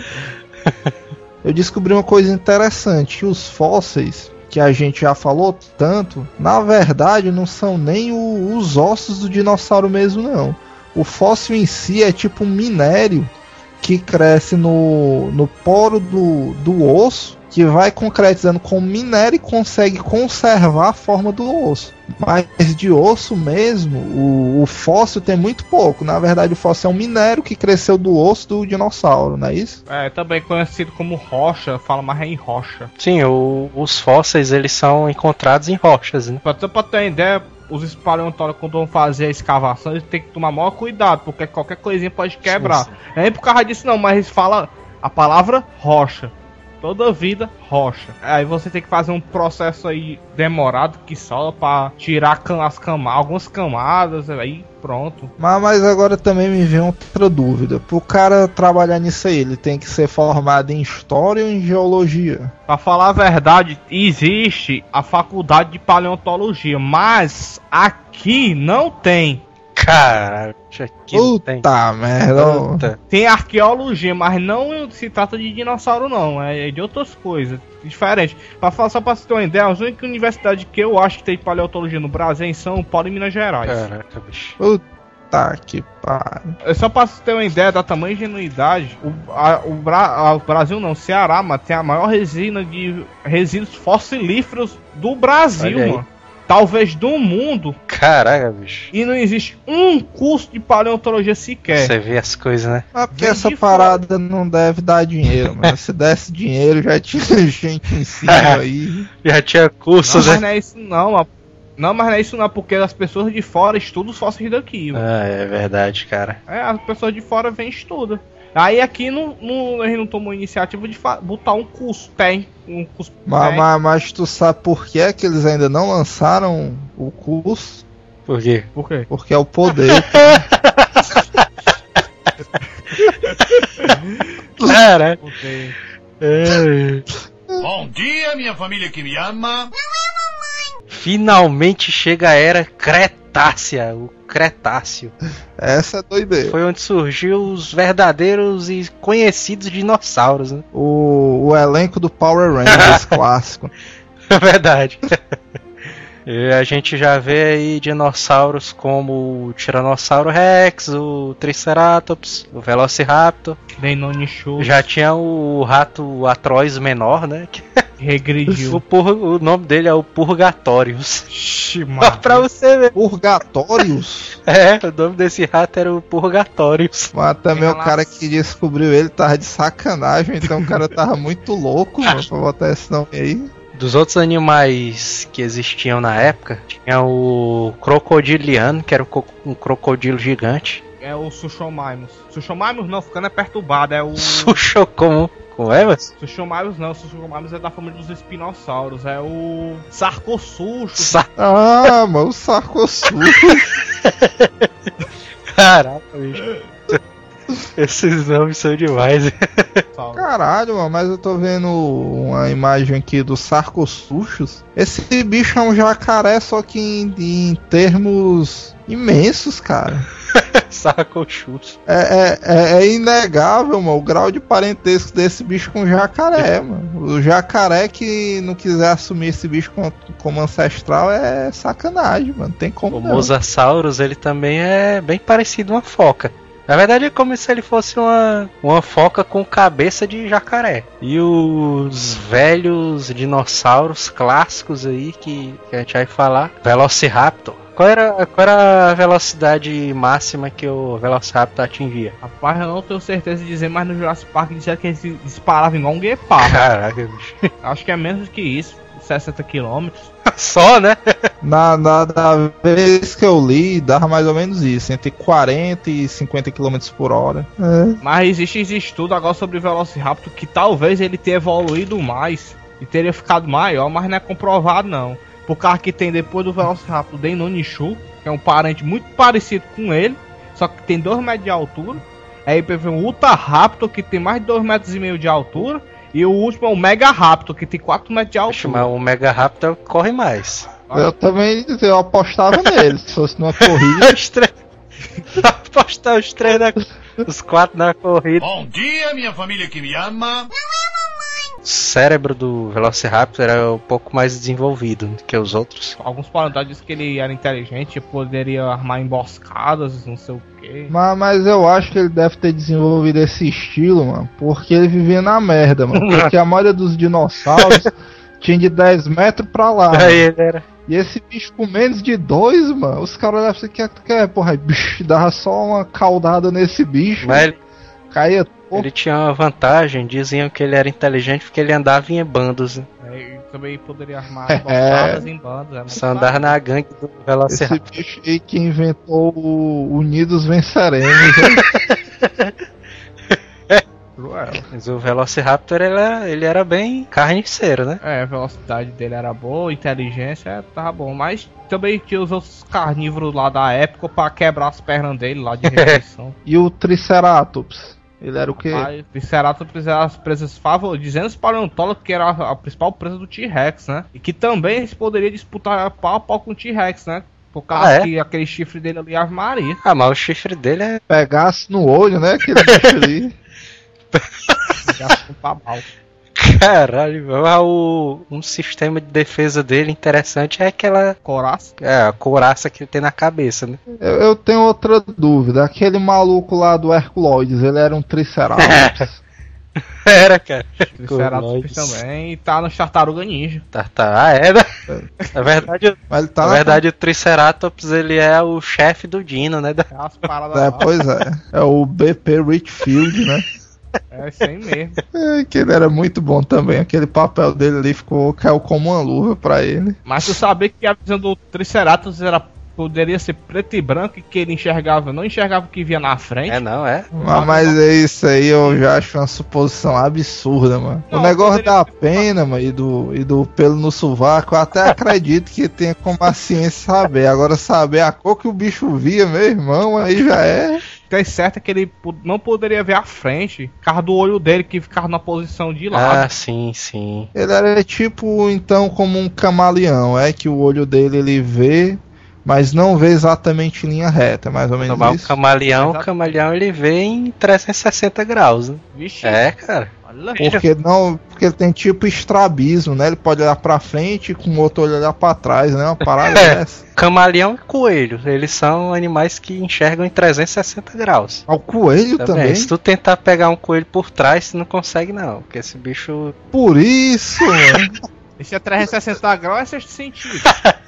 Eu descobri uma coisa interessante, os fósseis, que a gente já falou tanto, na verdade não são nem os ossos do dinossauro mesmo, não. O fóssil em si é tipo um minério que cresce no poro do osso, que vai concretizando com minério e consegue conservar a forma do osso. Mas de osso mesmo, o fóssil tem muito pouco. Na verdade, o fóssil é um minério que cresceu do osso do dinossauro, não é isso? É, também conhecido como rocha, fala mais em rocha. Sim, os fósseis, eles são encontrados em rochas, né? Pra ter uma ideia, os paleontólogos, quando vão fazer a escavação, eles têm que tomar maior cuidado, porque qualquer coisinha pode quebrar. Sim. Não é por causa disso não, mas eles falam a palavra rocha. Toda vida, rocha. Aí você tem que fazer um processo aí demorado que só pra tirar algumas camadas, aí pronto. Mas agora também me vem outra dúvida. Pro cara trabalhar nisso aí, ele tem que ser formado em história ou em geologia? Pra falar a verdade, existe a faculdade de paleontologia, mas aqui não tem. Caralho, aqui não tem. Puta merda. Puta. Tem arqueologia, mas não se trata de dinossauro não, é de outras coisas, diferente. Só pra você ter uma ideia, a única universidade que eu acho que tem paleontologia no Brasil é em São Paulo e Minas Gerais. Caraca, bicho. Puta que pariu. Só pra você ter uma ideia da tamanha ingenuidade, o Brasil não, o Ceará, mano, tem a maior resina de resíduos fossilíferos do Brasil, mano. Talvez do mundo. Caraca, bicho. E não existe um curso de paleontologia sequer. Você vê as coisas, né? Porque essa parada não deve dar dinheiro, mano. Se desse dinheiro, já tinha gente em cima aí. Já tinha curso, não, né? Mas não é isso não, mano. Não, mas não é isso não, porque as pessoas de fora estudam os fósseis daqui, mano. É verdade, cara. As pessoas de fora vêm e estudam. Aí aqui a gente não tomou a iniciativa de botar um curso. Tem um curso. Mas tu sabe por que é que eles ainda não lançaram o curso? Por quê? Por quê? Porque é o poder. Cara. Bom dia, minha família que me ama. Finalmente chega a era Cretácea, o Cretáceo. Essa é doideira. Foi onde surgiu os verdadeiros e conhecidos dinossauros, né? O elenco do Power Rangers clássico. É verdade. E a gente já vê aí dinossauros como o Tiranossauro Rex, o Triceratops, o Velociraptor. Deinonychus. Já tinha o rato atroz menor, né? Regrediu. O nome dele é o Purgatórios. Pra você ver. Purgatórios? É, o nome desse rato era o Purgatórios. Mas também o cara que descobriu ele tava de sacanagem, então o cara tava muito louco, mano, pra botar esse nome aí. Dos outros animais que existiam na época, tinha o crocodiliano, que era um crocodilo gigante. É o Sushomimus. Sushomimus não, ficando é perturbado, é o... Como é, mas? Sushomimus não, Sushomimus é da família dos espinossauros, é o Sarcosucho. Mas o Sarcosucho. Caraca, bicho. Esses nomes são demais. Caralho, mano, mas eu tô vendo uma imagem aqui do Sarcosuchos. Esse bicho é um jacaré, só que em termos imensos, cara. Sacochudo. É inegável, mano, o grau de parentesco desse bicho com o jacaré, mano. O jacaré que não quiser assumir esse bicho como ancestral é sacanagem, mano. Tem como O não. Mosasaurus, ele também é bem parecido uma foca. Na verdade é como se ele fosse uma foca com cabeça de jacaré. E os velhos dinossauros clássicos aí que a gente vai falar, Velociraptor. Qual era a velocidade máxima que o Velociraptor atingia? Rapaz, eu não tenho certeza de dizer, mas no Jurassic Park disseram que ele disparava igual um guepardo. Caraca, bicho. Acho que é menos do que isso, 60 km. Só, né? Na vez que eu li, dava mais ou menos isso, entre 40 e 50 km por hora. Mas existe estudo agora sobre o Velociraptor que talvez ele tenha evoluído mais e teria ficado maior, mas não é comprovado não. Por causa que tem depois do Velociraptor o Deinonychus, que é um parente muito parecido com ele, só que tem 2 metros de altura. Aí teve um Utahraptor que tem mais de 2,5 metros de altura. E o último é o Megaraptor, que tem 4 metros de altura. Mas o Megaraptor corre mais. Eu também eu apostava nele, se fosse numa corrida. Apostar os 4 na corrida. Bom dia, minha família que me ama. O cérebro do Velociraptor era um pouco mais desenvolvido do que os outros. Alguns paleontólogos dizem que ele era inteligente, poderia armar emboscadas, não sei o quê. Mas eu acho que ele deve ter desenvolvido esse estilo, mano, porque ele vivia na merda, mano. Porque a maioria dos dinossauros tinha de 10 metros pra lá. Aí ele era. E esse bicho com menos de 2, mano, os caras olhavam assim, que é, porra, bicho, dava só uma caudada nesse bicho. Mas ele, caía todo. ele tinha uma vantagem, diziam que ele era inteligente porque ele andava em bandos. Né? Ele também poderia armar emboscadas em bandos. Só andar na gangue do Esse Velociraptor. bicho aí que inventou o Unidos Venceremos. Né? Mas o Velociraptor ele era bem carniceiro, né? É, a velocidade dele era boa, a inteligência tava bom, mas também tinha os outros carnívoros lá da época pra quebrar as pernas dele lá de refeição. E o Triceratops? Ele era o quê? Mas o Triceratops era as presas favoritas, dizendo os paleontólogos que era a principal presa do T-Rex, né? E que também se poderia disputar pau a pau com o T-Rex, né? Por causa que aquele chifre dele ali, Ave Maria. Ah, mas o chifre dele é... Pegasse no olho, né? Aquele bicho ali. Caralho, um sistema de defesa dele interessante é aquela coraça. É, a couraça que ele tem na cabeça, né? Eu tenho outra dúvida. Aquele maluco lá do Herculoides, ele era um Triceratops? Era, cara. Triceratops também, e tá no Tartaruga Ninja. Na verdade, tá na verdade o Triceratops ele é o chefe do Dino, né? Pois é. É o BP Richfield, né? É isso aí mesmo. Que ele era muito bom também. Aquele papel dele ali caiu como uma luva pra ele. Mas tu sabia que a visão do Triceratops poderia ser preto e branco e que ele não enxergava o que via na frente? Mas é isso aí, eu já acho uma suposição absurda, mano. O negócio da pena, mano, e do pelo no sovaco, eu até acredito que tenha como a ciência saber. Agora saber a cor que o bicho via, meu irmão, aí já é... É certo que ele não poderia ver a frente, por causa do olho dele que ficava na posição de lado. Ah, sim. Ele era tipo, então, como um camaleão, é que o olho dele ele vê, mas não vê exatamente em linha reta, mais ou menos isso. O camaleão ele vê em 360 graus, né? Vixe. É, cara. Porque ele tem tipo estrabismo, né? Ele pode olhar pra frente e com o outro olho olhar pra trás, né? Uma parada dessa. Camaleão e coelho, eles são animais que enxergam em 360 graus. O coelho também? Se tu tentar pegar um coelho por trás, tu não consegue não, porque esse bicho... Por isso, mano. Esse é 360 graus, é sexto sentido.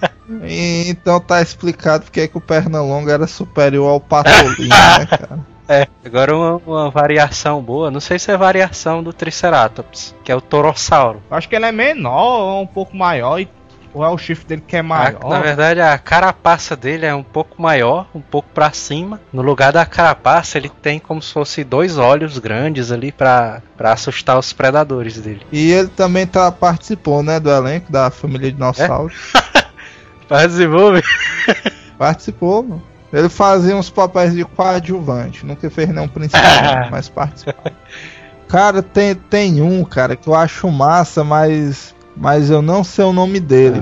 Então tá explicado porque é que o Pernalonga era superior ao Patolino, né, cara? Agora uma variação boa, não sei se é variação do Triceratops, que é o Torossauro. Eu acho que ele é menor, um pouco maior, ou é o chifre dele que é maior? Na verdade, a carapaça dele é um pouco maior, um pouco pra cima. No lugar da carapaça, ele tem como se fosse 2 olhos grandes ali pra assustar os predadores dele. E ele também participou, né, do elenco da família Dinossauros. Participou, Participou, mano. Ele fazia uns papéis de coadjuvante, nunca fez nenhum principal, mas participava. Cara, tem um, cara, que eu acho massa, mas eu não sei o nome dele, mano.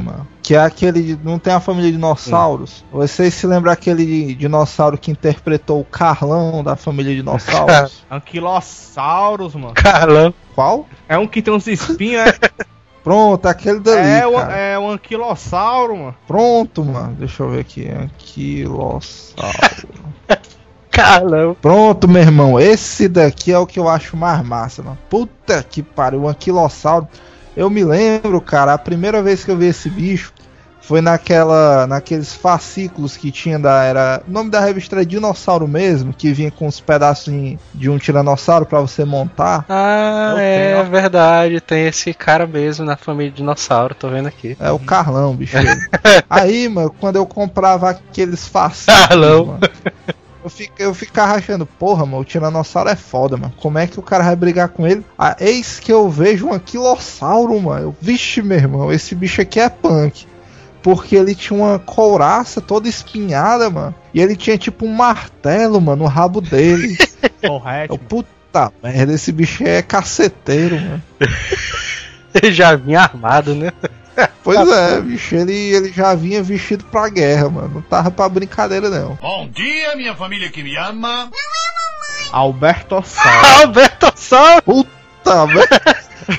que é aquele... Não tem a família de dinossauros? Vocês se lembram aquele dinossauro que interpretou o Carlão da família de dinossauros? Anquilossauros, mano. Carlão. Qual? É um que tem uns espinhos, é? Pronto, aquele dali, cara. É um anquilossauro, mano. Pronto, mano. Deixa eu ver aqui. Anquilossauro. Carlão. Pronto, meu irmão. Esse daqui é o que eu acho mais massa, mano. Puta que pariu, o anquilossauro. Eu me lembro, cara, a primeira vez que eu vi esse bicho foi naqueles fascículos que tinha o nome da revista era Dinossauro mesmo, que vinha com os pedaços de um tiranossauro pra você montar. Ah, é verdade. Tem esse cara mesmo na família de dinossauro, tô vendo aqui. É o Carlão, bicho. Aí, mano, quando eu comprava aqueles fascículos, Carlão. mano, eu ficava achando, porra, mano, o tiranossauro é foda, mano. Como é que o cara vai brigar com ele? Eis que eu vejo um anquilossauro, mano. Vixe, meu irmão, esse bicho aqui é punk. Porque ele tinha uma couraça toda espinhada, mano. E ele tinha tipo um martelo, mano, no rabo dele. Correto. Puta merda, esse bicho é caceteiro, mano. Ele já vinha armado, né? Pois é, bicho, ele já vinha vestido pra guerra, mano. Não tava pra brincadeira, não. Bom dia, minha família que me ama. Albertossauro. Albertossauro! Puta merda.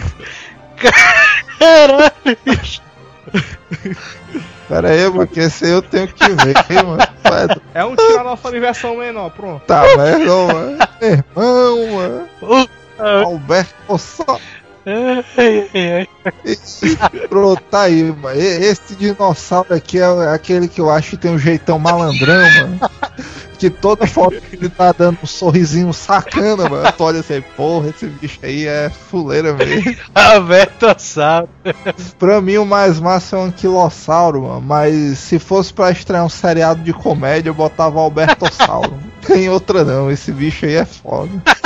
Caralho, bicho. Pera aí, mano, que esse aí eu tenho que ver, hein, mano. É um tiranossauro em versão menor, pronto. Tá merda, mano. Meu irmão, mano. Albertossauro. Pronto, tá aí, mano. Esse dinossauro aqui é aquele que eu acho que tem um jeitão malandrão, mano. Que toda foto ele tá dando um sorrisinho sacana, mano. Tu olha assim, porra, esse bicho aí é fuleira mesmo. Albertossauro. Pra mim o mais massa é um anquilossauro, mano. Mas se fosse pra estrear um seriado de comédia, eu botava o Albertossauro. Não tem outra não, esse bicho aí é foda.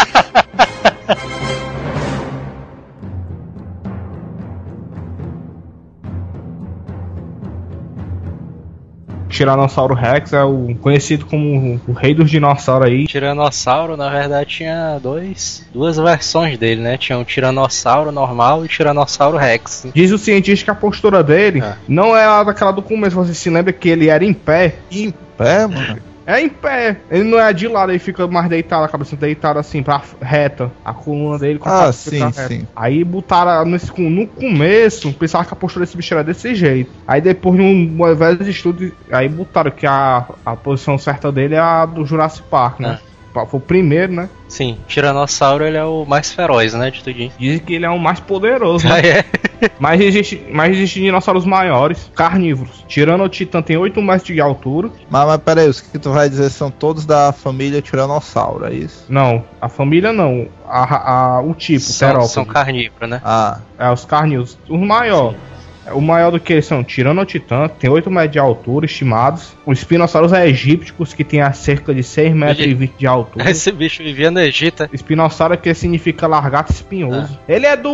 Tiranossauro Rex é o conhecido como o rei dos dinossauros aí. Tiranossauro, na verdade, tinha duas versões dele, né? Tinha um Tiranossauro normal e o Tiranossauro Rex. Diz o cientista que a postura dele não é a daquela do começo. Você se lembra que ele era em pé? Em pé, mano? É em pé. Ele não é de lado, ele fica mais deitado, a cabeça deitada assim, pra reta. A coluna dele com a cabeça sim, reta. sim. Aí botaram no começo, pensava que a postura desse bicho era desse jeito. Aí depois, num vez de estudo, aí botaram que a posição certa dele é a do Jurassic Park, né? Foi o primeiro, né? Sim, Tiranossauro ele é o mais feroz, né, de tudinho. Dizem que ele é o mais poderoso, né? É. Mas existe dinossauros maiores, carnívoros. Tiranotitan tem 8 metros de altura. Mas pera aí, os que tu vai dizer são todos da família Tiranossauro, é isso? Não, a família não. O tipo, São carnívoros, né? É, os carnívoros. Os maiores. O maior do que eles são Tiranotitan, tem 8 metros de altura estimados. Os espinossauros egípticos, que tem a cerca de 6,20 metros de altura. Esse bicho vivia no Egito. Espinossauro, que significa largato espinhoso. Ele é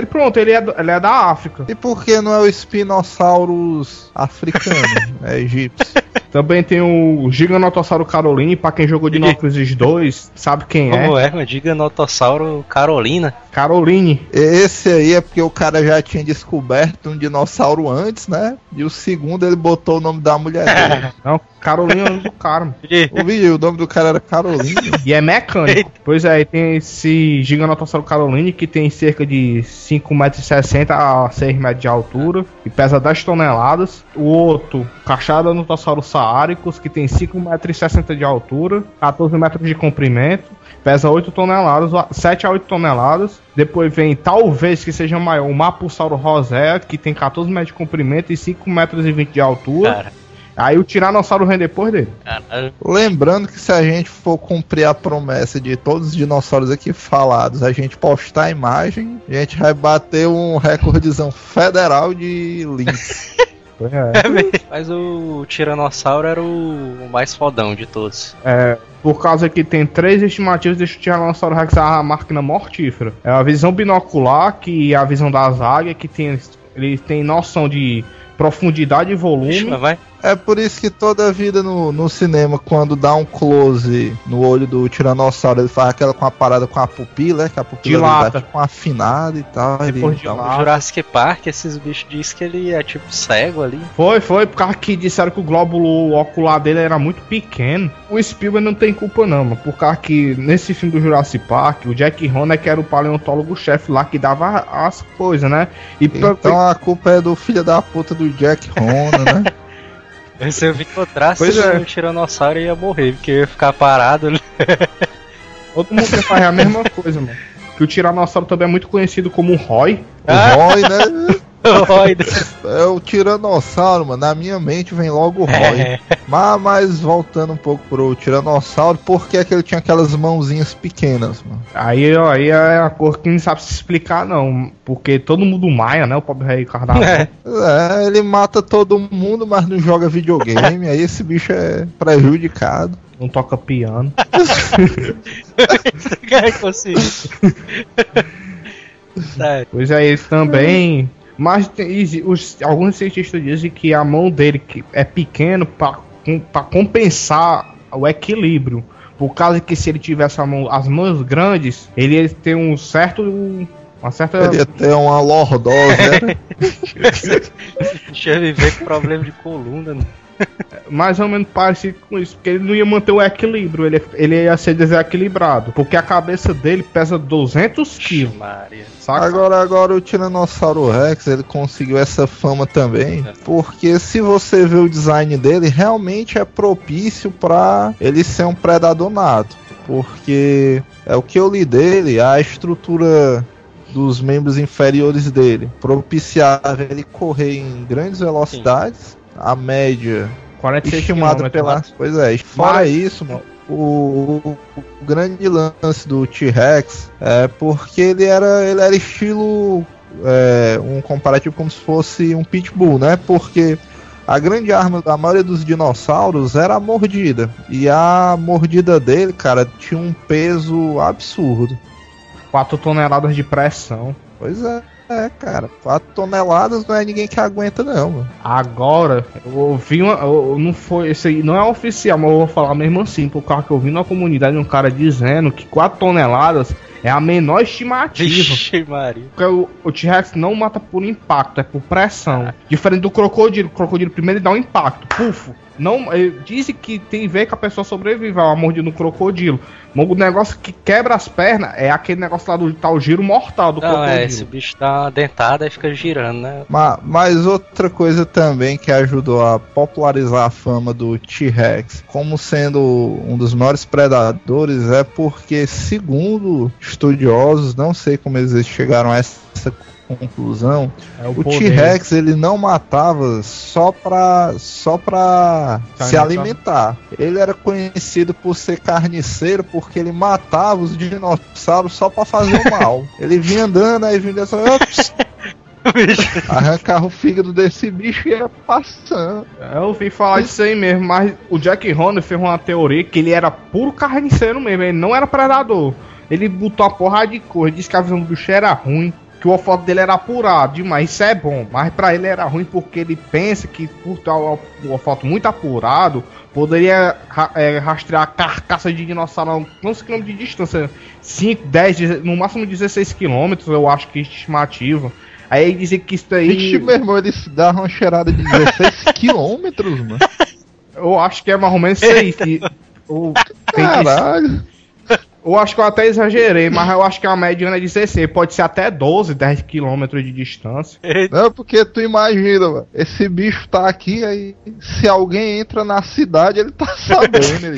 ele é da África. E por que não é o Spinosaurus africano? É egípcio. Também tem o Giganotossauro Caroline, pra quem jogou Dinocrisis 2, sabe quem é? Como é, mano? Giganotossauro Carolina. Caroline. Esse aí é porque o cara já tinha descoberto um dinossauro antes, né? E o segundo ele botou o nome da mulher dele. Não, Caroline é o nome do cara. O nome do cara era Caroline. E é mecânico. Pois é, tem esse Giganotossauro Caroline, que tem cerca de 5,60 metros a 6 metros de altura e pesa 10 toneladas. O outro, Cachalodontossauro Saaricus, que tem 5,60 metros de altura, 14 metros de comprimento, pesa 8 toneladas, 7 a 8 toneladas. Depois vem, talvez que seja maior, o Mapussauro Rosea, que tem 14 metros de comprimento e 5,20 metros de altura. Cara. Aí o Tiranossauro vem depois dele. Caralho. Lembrando que se a gente for cumprir a promessa de todos os dinossauros aqui falados, a gente postar a imagem, a gente vai bater um recordezão federal de links. Mas o Tiranossauro era o mais fodão de todos. Por causa que tem 3 estimativas de Tiranossauro Rex a máquina mortífera. É a visão binocular, que é a visão das águias, que ele tem noção de profundidade e volume. É por isso que toda a vida no cinema, quando dá um close no olho do tiranossauro, ele faz aquela com a parada com a pupila, que a pupila dele dá tipo uma afinada e tal. Depois ele No Jurassic Park, esses bichos dizem que ele é tipo cego ali. Foi, por causa que disseram que o glóbulo ocular dele era muito pequeno. O Spielberg não tem culpa não, mano. Por causa que nesse filme do Jurassic Park, o Jack Horner que era o paleontólogo-chefe lá que dava as coisas, né? Então a culpa é do filho da puta do Jack Horner, né? Se eu encontrasse o tiranossauro, ia morrer, porque ia ficar parado ali. Todo mundo quer fazer a mesma coisa, mano. Que o tiranossauro também é muito conhecido como Roy. O Roy, né? É o tiranossauro, mano. Na minha mente vem logo o Roy. Mas voltando um pouco pro tiranossauro, por que ele tinha aquelas mãozinhas pequenas, mano? Aí é a cor que não sabe se explicar, não. Porque todo mundo maia, né? O pobre rei Carnaval. Ele mata todo mundo, mas não joga videogame. Aí esse bicho é prejudicado. Não toca piano. Pois é, ele também. Mas alguns cientistas dizem que a mão dele é pequena para compensar o equilíbrio. Por causa que se ele tivesse as mãos grandes, ele ia ter uma certa. Ele ia ter uma lordose, né? Deixa eu viver com problema de coluna, né? Mais ou menos parecido com isso, porque ele não ia manter o equilíbrio, ele ia ser desequilibrado, porque a cabeça dele pesa 200 quilos. Agora o Tiranossauro Rex, ele conseguiu essa fama também, porque se você vê o design dele, realmente é propício pra ele ser um predador nato, porque é o que eu li dele, a estrutura dos membros inferiores dele propiciava ele correr em grandes velocidades. A média 46 estimada pela... Pois é, fora isso, mano, o grande lance do T-Rex é porque ele era estilo um comparativo como se fosse um pitbull, né? Porque a grande arma da maioria dos dinossauros era a mordida. E a mordida dele, cara, tinha um peso absurdo. 4 toneladas de pressão. Pois é. Cara, 4 toneladas não é ninguém que aguenta, não, mano. Agora, eu ouvi não foi, esse aí não é oficial, mas eu vou falar mesmo assim, por causa que eu vi na comunidade um cara dizendo que 4 toneladas é a menor estimativa. Vixe, Maria. Porque o T-Rex não mata por impacto, é por pressão. Diferente do crocodilo. O crocodilo primeiro ele dá um impacto, pufo. Não, dizem que tem a ver que a pessoa sobrevive a mordida no crocodilo. O negócio que quebra as pernas é aquele negócio lá do tal giro mortal do crocodilo. Esse bicho dá uma dentada e fica girando, né? Mas outra coisa também que ajudou a popularizar a fama do T-Rex como sendo um dos maiores predadores é porque, segundo estudiosos, não sei como eles chegaram a essa conclusão, o T-Rex ele não matava só pra se alimentar. Ele era conhecido por ser carniceiro porque ele matava os dinossauros só pra fazer o mal. Ele vinha andando, aí vinha só arrancava o fígado desse bicho e ia passando. Eu ouvi falar disso aí mesmo, mas o Jack Horner fez uma teoria que ele era puro carniceiro mesmo, ele não era predador. Ele botou a porrada de cor, ele disse que a visão do bicho era ruim, que o olfato dele era apurado demais, isso é bom, mas pra ele era ruim porque ele pensa que por ter o olfato muito apurado, poderia rastrear a carcaça de dinossauro a quantos quilômetros de distância? 5, 10, no máximo 16 quilômetros, eu acho que é estimativa. Aí ele dizia que isso daí... Vixe, meu irmão, ele dá uma cheirada de 16 quilômetros, mano. Eu acho que é mais ou menos isso aí. Caralho. Eu acho que eu até exagerei, mas eu acho que a mediana é 16, pode ser até 12, 10 km de distância. Não, porque tu imagina, mano, esse bicho tá aqui, aí se alguém entra na cidade, ele tá sabendo. Ele...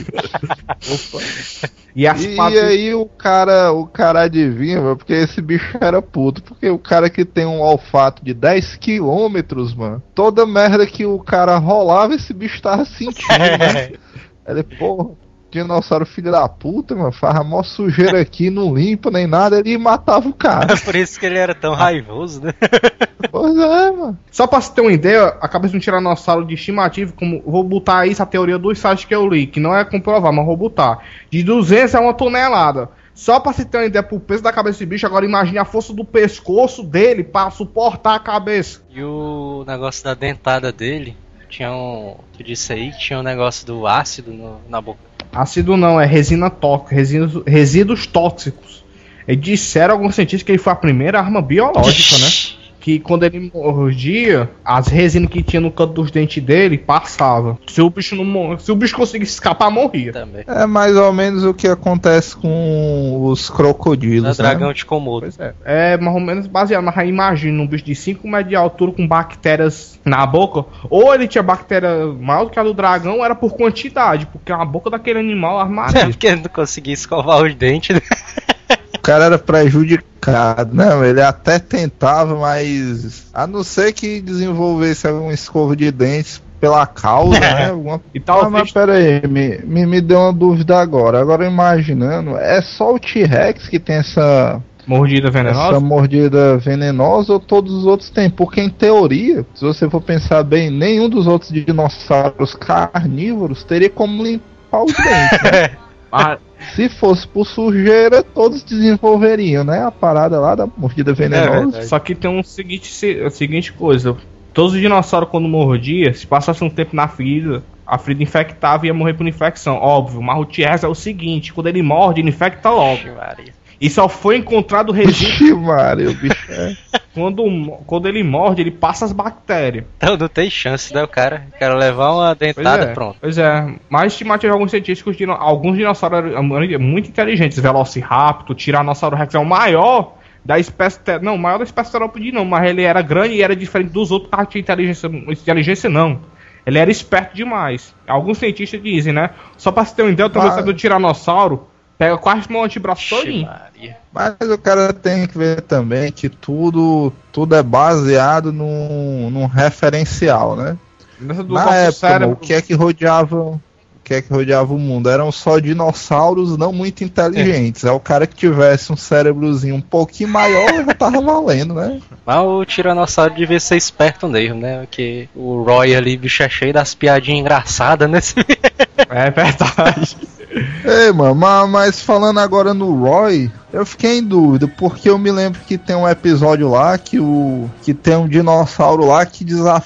Opa. E aí o cara adivinha, mano, porque esse bicho era puto, porque o cara que tem um olfato de 10 km, mano, toda merda que o cara rolava, esse bicho tava sentindo, né? Ele, porra... Dinossauro filho da puta, mano, faz a mó sujeira aqui, não limpa nem nada, ele matava o cara. Por isso que ele era tão raivoso, né? Pois é, mano. Só pra você ter uma ideia, a cabeça de um tiranossauro de estimativa, como vou botar isso a teoria dos sites que eu li, que não é comprovar, mas vou botar. De 200 a 1 tonelada. Só pra você ter uma ideia pro peso da cabeça desse bicho, agora imagine a força do pescoço dele pra suportar a cabeça. E o negócio da dentada dele... Tu disse aí que tinha um negócio do ácido na boca. Ácido não, é resina tóxica, resíduos tóxicos. Eles disseram alguns cientistas que ele foi a primeira arma biológica, né? Que quando ele mordia, as resinas que tinha no canto dos dentes dele passava. Se o bicho conseguisse escapar, morria. Também. É mais ou menos o que acontece com os crocodilos, O dragão né? de Komodo. Pois é. É mais ou menos baseado, mas aí imagina um bicho de 5 metros de altura com bactérias na boca. Ou ele tinha bactéria maior do que a do dragão, ou era por quantidade, porque a boca daquele animal É armaria. porque ele não conseguia escovar os dentes, né? O cara era prejudicado, não, ele até tentava, mas a não ser que desenvolvesse alguma escova de dentes pela causa, né? E talvez... Mas pera aí, me deu uma dúvida agora. Agora imaginando, é só o T-Rex que tem essa Mordida venenosa? essa mordida venenosa ou todos os outros têm? Porque em teoria, se você for pensar bem, nenhum dos outros dinossauros carnívoros teria como limpar os dentes, né? Ah, Se fosse por sujeira, todos desenvolveriam, né? A parada lá da mordida venenosa. verdade. só que tem a seguinte coisa. Todos os dinossauros quando mordia, se passasse um tempo na ferida, a ferida infectava e ia morrer por infecção. Óbvio, mas o T-Rex é o seguinte, quando ele morde, ele infecta logo. Vixe, Maria. E só foi encontrado resíduo Vixe, Maria, o bicho é. quando ele morde, ele passa as bactérias. Então não tem chance, né? O cara levar uma dentada, pronto. Pois é, mas estimativa de alguns cientistas, alguns dinossauros eram muito inteligentes. Velociraptor, Tiranossauro Rex é o maior da espécie... Não, o maior da espécie terópode não, mas ele era grande e era diferente dos outros porque tinha inteligência não. Ele era esperto demais. Alguns cientistas dizem, né? Só pra você ter uma ideia, o tamanho do Tiranossauro pega quase um antebraço todinho. Maria. Mas o cara tem que ver também que tudo é baseado num referencial, né? Na época, mano, o que é que rodeava o mundo? Eram só dinossauros não muito inteligentes. É o cara que tivesse um cérebrozinho um pouquinho maior já tava valendo, né? Mas o Tiranossauro devia ser esperto mesmo, né? Porque o Roy ali, bicho, é cheio das piadinhas engraçadas, né? É verdade. Ei, mano, mas falando agora no Roy, eu fiquei em dúvida, porque eu me lembro que tem um episódio lá que tem um dinossauro lá que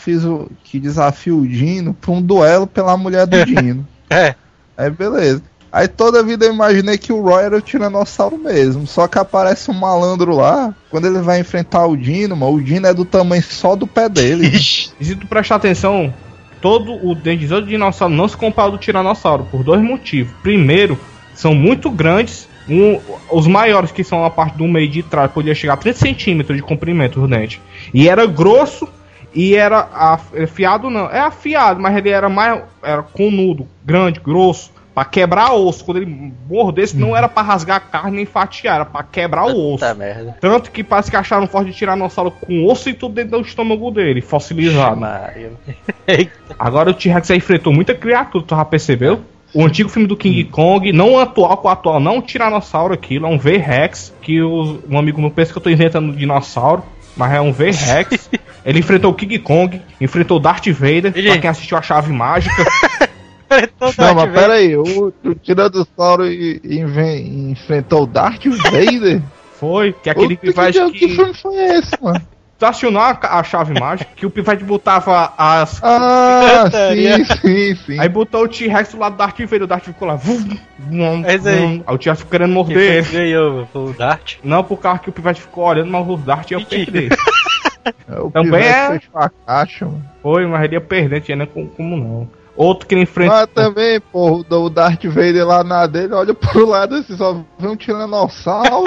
desafia o Dino pra um duelo pela mulher do Dino. É. Aí beleza. Aí toda a vida eu imaginei que o Roy era o Tiranossauro mesmo, só que aparece um malandro lá, quando ele vai enfrentar o Dino, mano, o Dino é do tamanho só do pé dele. E se tu prestar atenção, todo o dente do dinossauro não se compara ao do Tiranossauro, por dois motivos. Primeiro, são muito grandes. Os maiores, que são a parte do meio de trás, podia chegar a 30 centímetros de comprimento o dente. E era grosso e era afiado, não. É afiado, mas ele era conudo, grande, grosso, pra quebrar osso. Quando ele mordesse, não era pra rasgar a carne nem fatiar, era pra quebrar o osso. Merda. Tanto que parece que acharam forte de Tiranossauro com osso e tudo dentro do estômago dele, fossilizado. Maria. Agora o T-Rex já enfrentou muita criatura, tu já percebeu? O antigo filme do King Kong, não o atual, com o atual não é um Tiranossauro aquilo, é um V-Rex, que um amigo meu pensa que eu tô inventando um dinossauro, mas é um V-Rex. Ele enfrentou o King Kong, enfrentou o Darth Vader, pra quem assistiu a Chave Mágica. Não, mas pera aí, o Tiranossauro enfrentou o Darth Vader? Foi, que é aquele pivete que filme foi esse, mano? Tu assistiu a Chave Mágica, que o pivete botava as... Ah, sim. Aí botou o T-Rex do lado do Darth Vader, o Darth ficou lá... É isso aí. Aí o T-Rex ficou querendo morder ele. Ganhou, foi o Dart. Não, por causa que o pivete ficou olhando, mas o Dart ia perder. O Também pivete fechou a caixa, mano. Foi, mas ele ia perder, tinha nem como não. Outro que ele enfrenta... Mas também, pô, o Darth Vader lá na dele, olha pro lado assim, só vê um tiranossauro,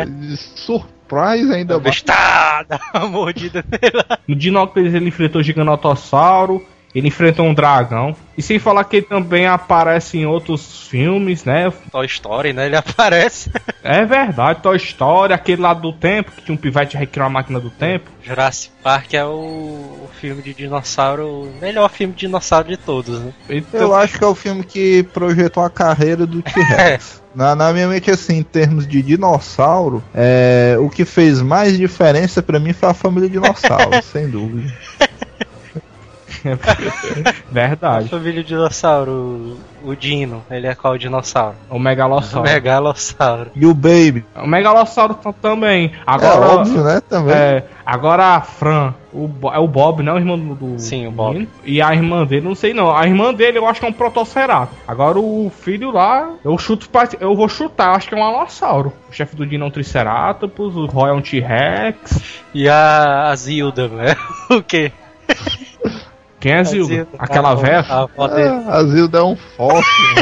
surprise ainda mais. Dá uma mordida nele lá. No Dinópolis ele enfrentou o Giganotossauro, ele enfrentou um dragão. E sem falar que ele também aparece em outros filmes, né? Toy Story, né? Ele aparece. É verdade, Toy Story, aquele lado do tempo, que tinha um pivete recriou a máquina do tempo. Jurassic Park é o filme de dinossauro, o melhor filme de dinossauro de todos, né? Eu acho que é o filme que projetou a carreira do T-Rex. Na minha mente, assim, em termos de dinossauro, o que fez mais diferença pra mim foi a família dinossauro, sem dúvida. A Verdade. família dinossauro, o Dino, ele é qual dinossauro? O O Megalossauro. Megalossauro. E o Baby. O Megalossauro também. É Agora, óbvio, né? Também. agora a Fran, é o Bob, não o irmão do Sim, o Bob. menino. E a irmã dele, não sei não. A irmã dele eu acho que é um protocerato. Agora o filho lá, eu vou chutar, acho que é um alossauro. O chefe do Dino é um Triceratops, o Roy é um T-Rex. E a Zilda, né? O quê? Quem é Zilda? Aquela velha? A avó dele. A Zilda é um fóssil.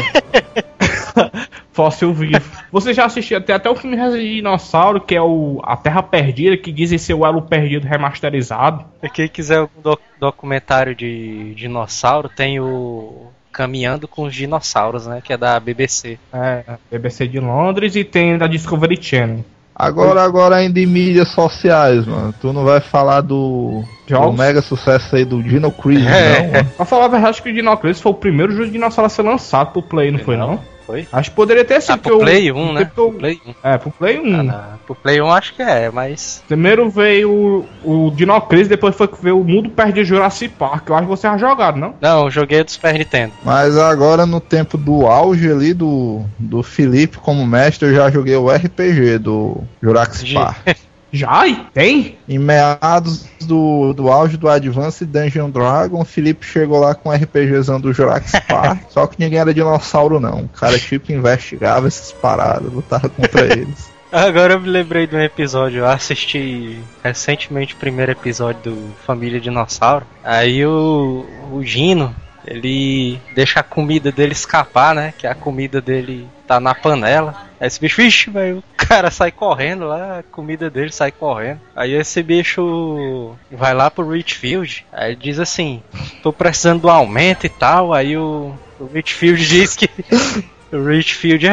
Fóssil vivo. Você já assistiu até o filme de dinossauro, que é A Terra Perdida, que dizem ser o Elo Perdido remasterizado. E quem quiser algum documentário de dinossauro, tem o Caminhando com os Dinossauros, né? Que é da BBC. BBC de Londres, e tem da Discovery Channel. Agora ainda em mídias sociais, mano. Tu não vai falar do Jogos? mega sucesso aí do Dino Crisis, não, mano. Pra falar a verdade, acho que o Dino Crisis foi o primeiro jogo de dinossauro a ser lançado pro Play, não foi não? Foi? Acho que poderia ter sido. Pro Play 1, né? Pro Play 1. Pro Play 1. Pro Play 1 acho que é, mas... Primeiro veio o Dino Crisis, depois foi que veio o Mundo Perdido Jurassic Park. Eu acho que você já jogado, não? Não, eu joguei do Super Nintendo. Mas agora no tempo do auge ali do Felipe como mestre, eu já joguei o RPG do Jurassic Park. Já? Tem? Em meados do auge do Advanced Dungeon Dragon, o Felipe chegou lá com o RPGzão do Jurassic Park, só que ninguém era dinossauro não. O cara tipo investigava essas paradas, lutava contra eles. Agora eu me lembrei de um episódio, eu assisti recentemente o primeiro episódio do Família Dinossauro. Aí o Gino, ele deixa a comida dele escapar, né? Que a comida dele tá na panela. Aí esse bicho, vixe, velho, o cara sai correndo lá, a comida dele sai correndo. Aí esse bicho vai lá pro Richfield, aí ele diz assim, tô precisando do aumento e tal. Aí o Richfield diz que... O Richfield,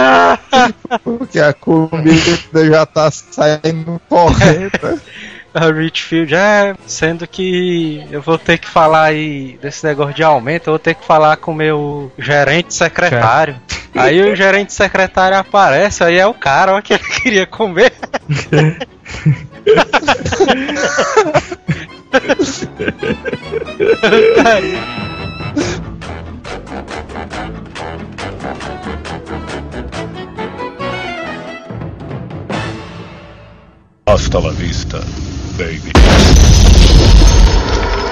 porque a comida já tá saindo correndo. A Richfield, sendo que eu vou ter que falar aí desse negócio de aumento, eu vou ter que falar com o meu gerente secretário. Aí o gerente secretário aparece, aí é o cara, ó, que ele queria comer. Hasta la vista, baby.